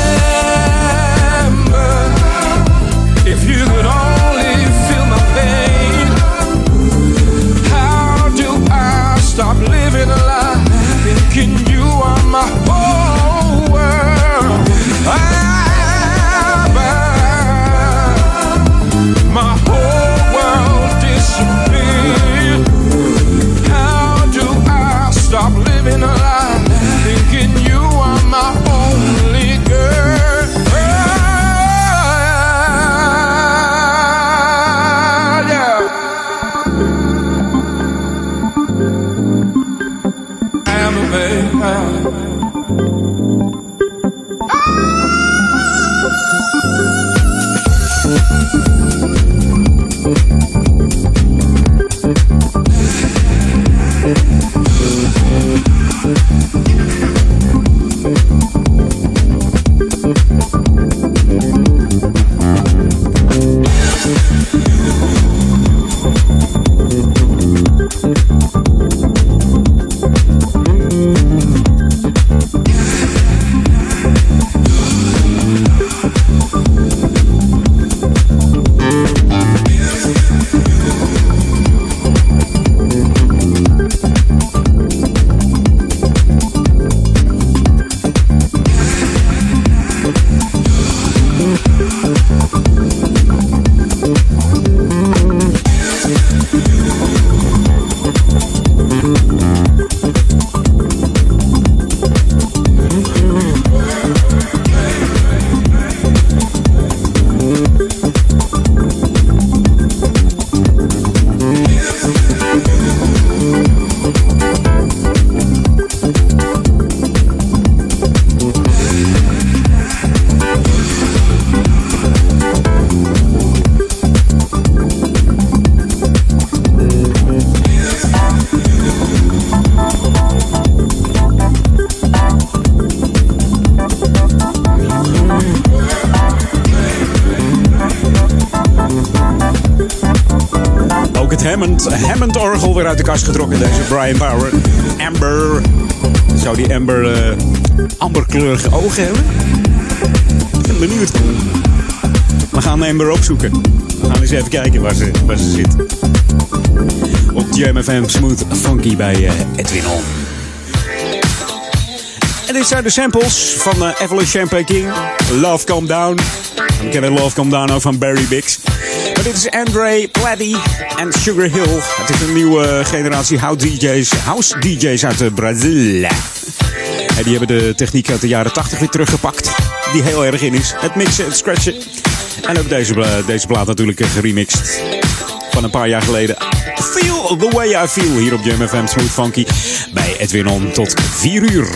Amber, if you could only feel my pain, how do I stop living a lie, thinking you are my whole world? Amber, my whole world disappeared. How do I stop living a lie, thinking you are my only girl? Yeah. I'm a baby. Hammond-orgel weer uit de kast getrokken, deze Brian Bauer. Amber. Zou die Amber amberkleurige ogen hebben? Ik ben benieuwd. We gaan Amber opzoeken. We gaan eens even kijken waar ze zit. Op Jam FM Smooth Funky bij Edwin On. En dit zijn de samples van Evelyn Champagne King. Love Calm Down. We kennen Love Calm Down ook van Barry Biggs. Maar dit is Andre Platti en Sugar Hill. Het is een nieuwe generatie house DJ's uit Brazil. En die hebben de techniek uit de jaren 80 weer teruggepakt. Die heel erg in is. Het mixen, het scratchen. En ook deze plaat natuurlijk geremixed. Van een paar jaar geleden. Feel the way I feel. Hier op Jam FM Smooth Funky. Bij Edwin On tot 4 uur.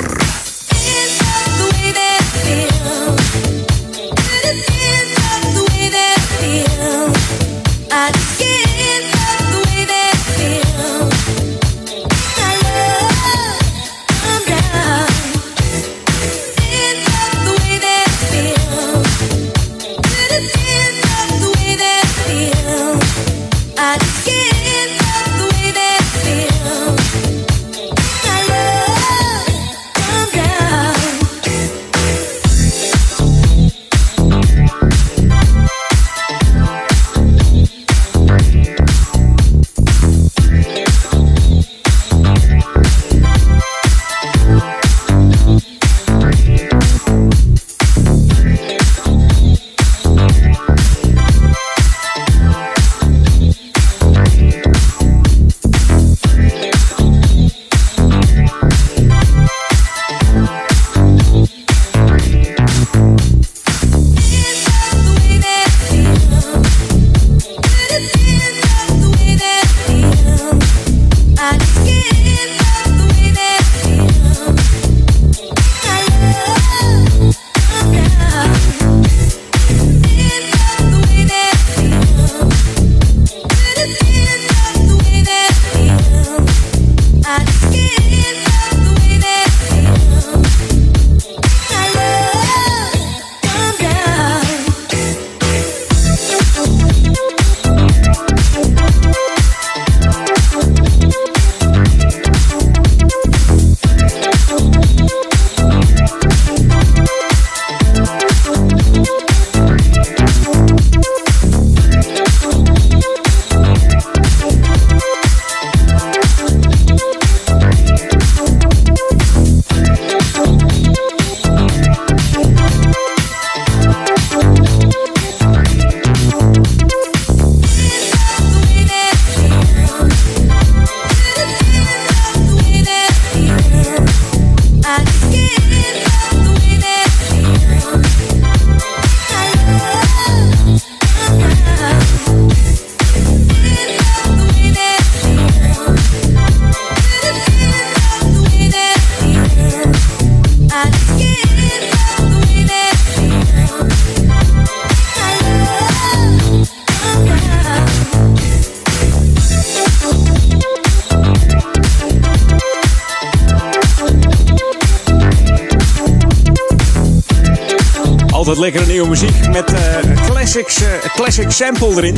Altijd lekkere nieuwe muziek met classic sample erin.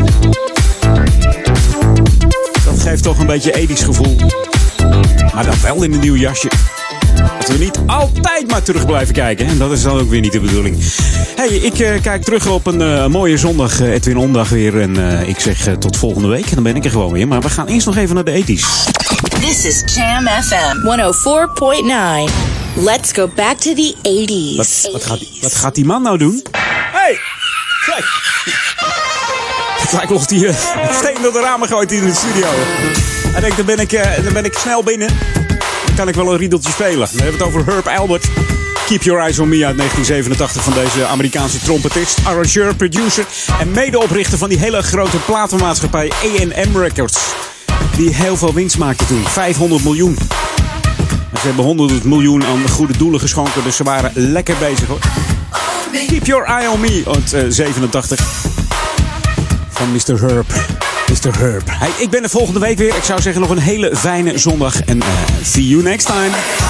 Dat geeft toch een beetje 80's gevoel. Maar dan wel in een nieuw jasje. Dat we niet altijd maar terug blijven kijken. En dat is dan ook weer niet de bedoeling. Hey, ik kijk terug op een mooie zondag, Edwin On-dag weer. En ik zeg tot volgende week. Dan ben ik er gewoon weer. Maar we gaan eerst nog even naar de 80's. This is Jam FM 104.9. Let's go back to the 80's. Wat gaat die man nou doen? Hey! Kijk! Het lijkt of hij steen door de ramen gooit in de studio. Hij denkt, dan ben ik snel binnen. Dan kan ik wel een riedeltje spelen. Dan hebben we het over Herb Alpert. Keep Your Eyes on Me uit 1987 van deze Amerikaanse trompetist, arrangeur, producer en medeoprichter van die hele grote platenmaatschappij A&M Records. Die heel veel winst maakte toen. 500 miljoen. Maar ze hebben 100 miljoen aan goede doelen geschonken, dus ze waren lekker bezig hoor. Keep Your Eye on Me uit 87 van Mr. Herb. Mr. Herb. Hey, ik ben er volgende week weer. Ik zou zeggen nog een hele fijne zondag. En see you next time.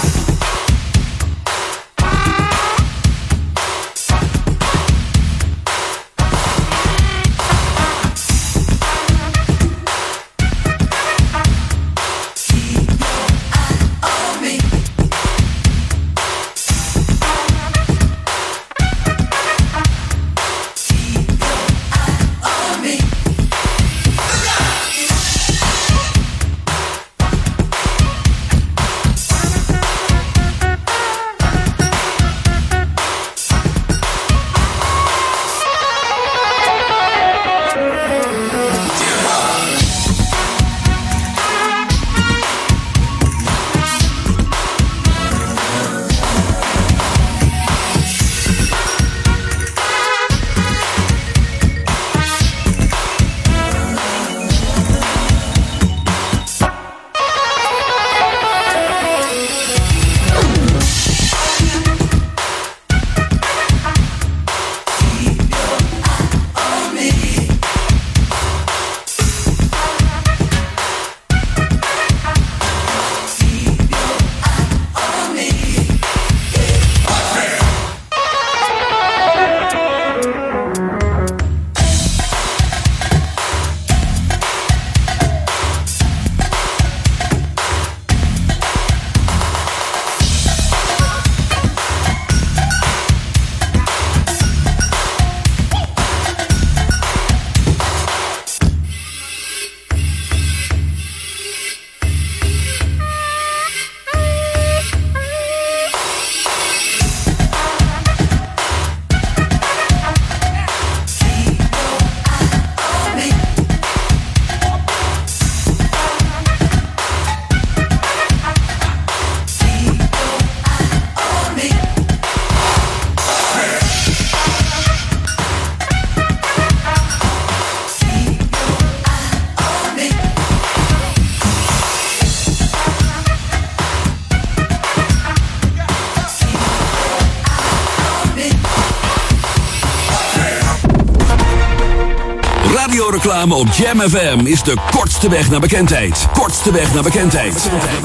Reclame op Jam FM is de kortste weg naar bekendheid. Kortste weg naar bekendheid.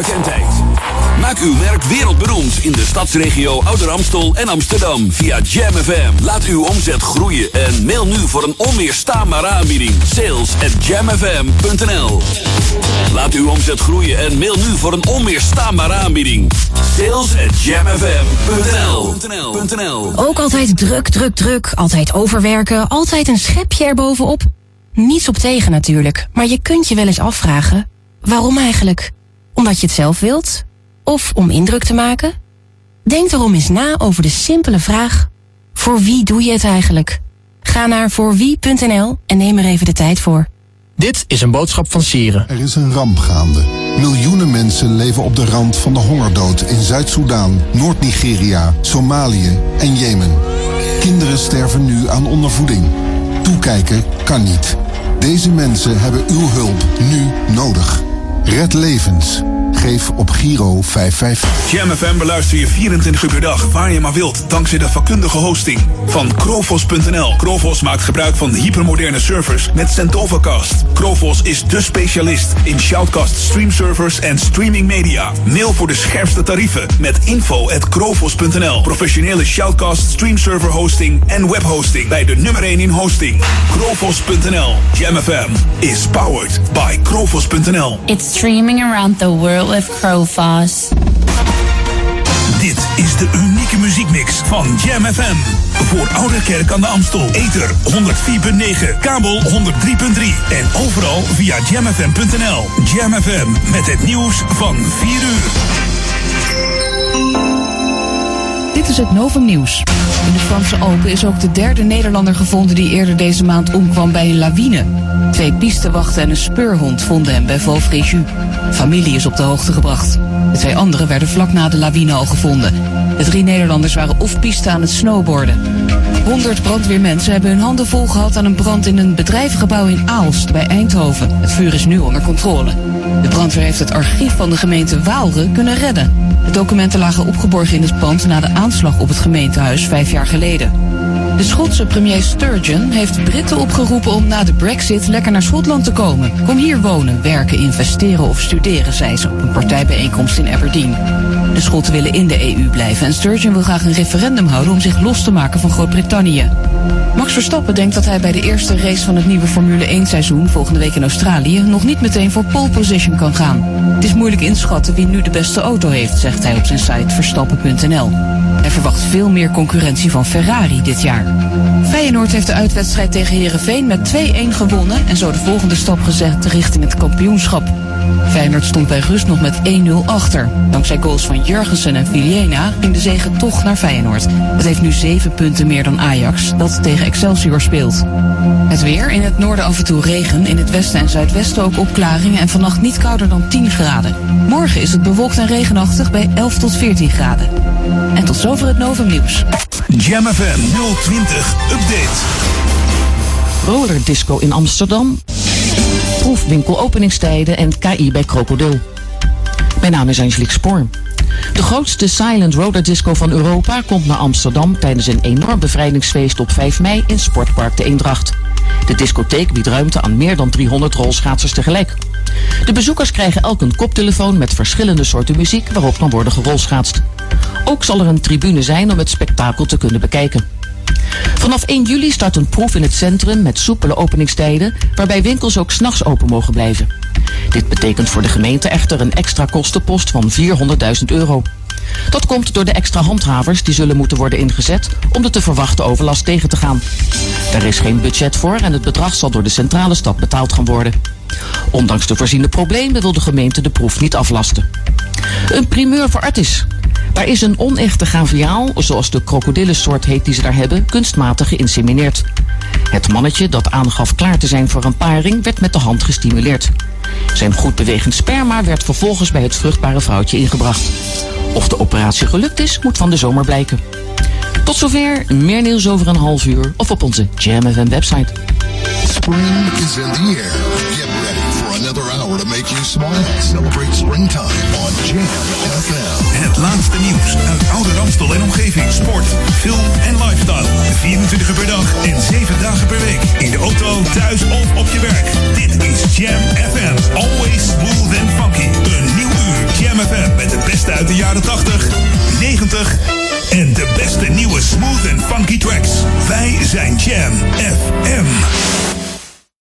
Maak uw merk wereldberoemd in de stadsregio Ouder Amstel en Amsterdam via Jam FM. Laat uw omzet groeien en mail nu voor een onweerstaanbare aanbieding. sales@jamfm.nl. Laat uw omzet groeien en mail nu voor een onweerstaanbare aanbieding. sales@jamfm.nl. Ook altijd druk, druk, druk. Altijd overwerken. Altijd een schepje erbovenop. Niets op tegen natuurlijk, maar je kunt je wel eens afvragen, waarom eigenlijk? Omdat je het zelf wilt? Of om indruk te maken? Denk erom eens na over de simpele vraag, voor wie doe je het eigenlijk? Ga naar voorwie.nl en neem er even de tijd voor. Dit is een boodschap van Sieren. Er is een ramp gaande. Miljoenen mensen leven op de rand van de hongerdood in Zuid-Soedan, Noord-Nigeria, Somalië en Jemen. Kinderen sterven nu aan ondervoeding. Toekijken kan niet. Deze mensen hebben uw hulp nu nodig. Red levens. Geef op Giro 555. Jam FM beluister je 24 uur per dag, waar je maar wilt, dankzij de vakkundige hosting van Krovos.nl. Krovos maakt gebruik van hypermoderne servers met Centovacast. Krovos is dé specialist in shoutcast streamservers en streaming media. Mail voor de scherpste tarieven met info@krovos.nl. Professionele shoutcast streamserver hosting en webhosting bij de nummer 1 in hosting. Krovos.nl. Jam FM is powered by Krovos.nl. It's streaming around the world with Crowfoss. Dit is de unieke muziekmix van Jam FM. Voor Ouderkerk aan de Amstel. Ether 104.9, kabel 103.3 en overal via jamfm.nl. Jam FM met het nieuws van 4 uur. Dit is het Novum Nieuws. In de Franse Alpen is ook de derde Nederlander gevonden die eerder deze maand omkwam bij een lawine. 2 pistewachten en een speurhond vonden hem bij Val-Fréjus. Familie is op de hoogte gebracht. De 2 anderen werden vlak na de lawine al gevonden. De 3 Nederlanders waren off-piste aan het snowboarden. 100 brandweermensen hebben hun handen vol gehad aan een brand in een bedrijvengebouw in Aalst bij Eindhoven. Het vuur is nu onder controle. De brandweer heeft het archief van de gemeente Waalre kunnen redden. De documenten lagen opgeborgen in het pand na de aanslag op het gemeentehuis 5 jaar geleden. De Schotse premier Sturgeon heeft Britten opgeroepen om na de Brexit lekker naar Schotland te komen. Kom hier wonen, werken, investeren of studeren, zei ze op een partijbijeenkomst in Aberdeen. De Schotten willen in de EU blijven en Sturgeon wil graag een referendum houden om zich los te maken van Groot-Brittannië. Max Verstappen denkt dat hij bij de eerste race van het nieuwe Formule 1 seizoen volgende week in Australië nog niet meteen voor pole position kan gaan. Het is moeilijk inschatten wie nu de beste auto heeft, zegt hij op zijn site verstappen.nl. Hij verwacht veel meer concurrentie van Ferrari dit jaar. Feyenoord heeft de uitwedstrijd tegen Heerenveen met 2-1 gewonnen en zo de volgende stap gezet richting het kampioenschap. Feyenoord stond bij rust nog met 1-0 achter. Dankzij goals van Jurgensen en Villena ging de zege toch naar Feyenoord. Het heeft nu 7 punten meer dan Ajax, dat tegen Excelsior speelt. Het weer, in het noorden af en toe regen, in het westen en zuidwesten ook opklaringen en vannacht niet kouder dan 10 graden. Morgen is het bewolkt en regenachtig bij 11 tot 14 graden. En tot zover het Novum Nieuws. Jam FM 020 Update. Roller Disco in Amsterdam. Proefwinkel openingstijden en KI bij Krokodil. Mijn naam is Angelique Spoor. De grootste silent roller disco van Europa komt naar Amsterdam tijdens een enorm bevrijdingsfeest op 5 mei in Sportpark de Eendracht. De discotheek biedt ruimte aan meer dan 300 rolschaatsers tegelijk. De bezoekers krijgen elk een koptelefoon met verschillende soorten muziek waarop kan worden gerolschaatst. Ook zal er een tribune zijn om het spektakel te kunnen bekijken. Vanaf 1 juli start een proef in het centrum met soepele openingstijden, waarbij winkels ook 's nachts open mogen blijven. Dit betekent voor de gemeente echter een extra kostenpost van €400.000. Dat komt door de extra handhavers die zullen moeten worden ingezet om de te verwachten overlast tegen te gaan. Daar is geen budget voor en het bedrag zal door de centrale stad betaald gaan worden. Ondanks de voorziene problemen wil de gemeente de proef niet aflasten. Een primeur voor Artis. Daar is een onechte gaviaal, zoals de krokodillensoort heet die ze daar hebben, kunstmatig geïnsemineerd. Het mannetje dat aangaf klaar te zijn voor een paring werd met de hand gestimuleerd. Zijn goed bewegend sperma werd vervolgens bij het vruchtbare vrouwtje ingebracht. Of de operatie gelukt is, moet van de zomer blijken. Tot zover, meer nieuws over een half uur of op onze Jam FM website. Spring is in the air. Get ready for another hour to make you smile. Celebrate springtime on Jam FM. Het laatste nieuws uit Ouder Amstel en omgeving. Sport, film en lifestyle. 24 uur per dag en 7 dagen per week. In de auto, thuis of op je werk. Dit is Jam FM. Always smooth and funky. Een nieuw uur Jam FM met het beste uit de jaren 80, 90 en de beste nieuwe smooth and funky tracks. Wij zijn Jam FM.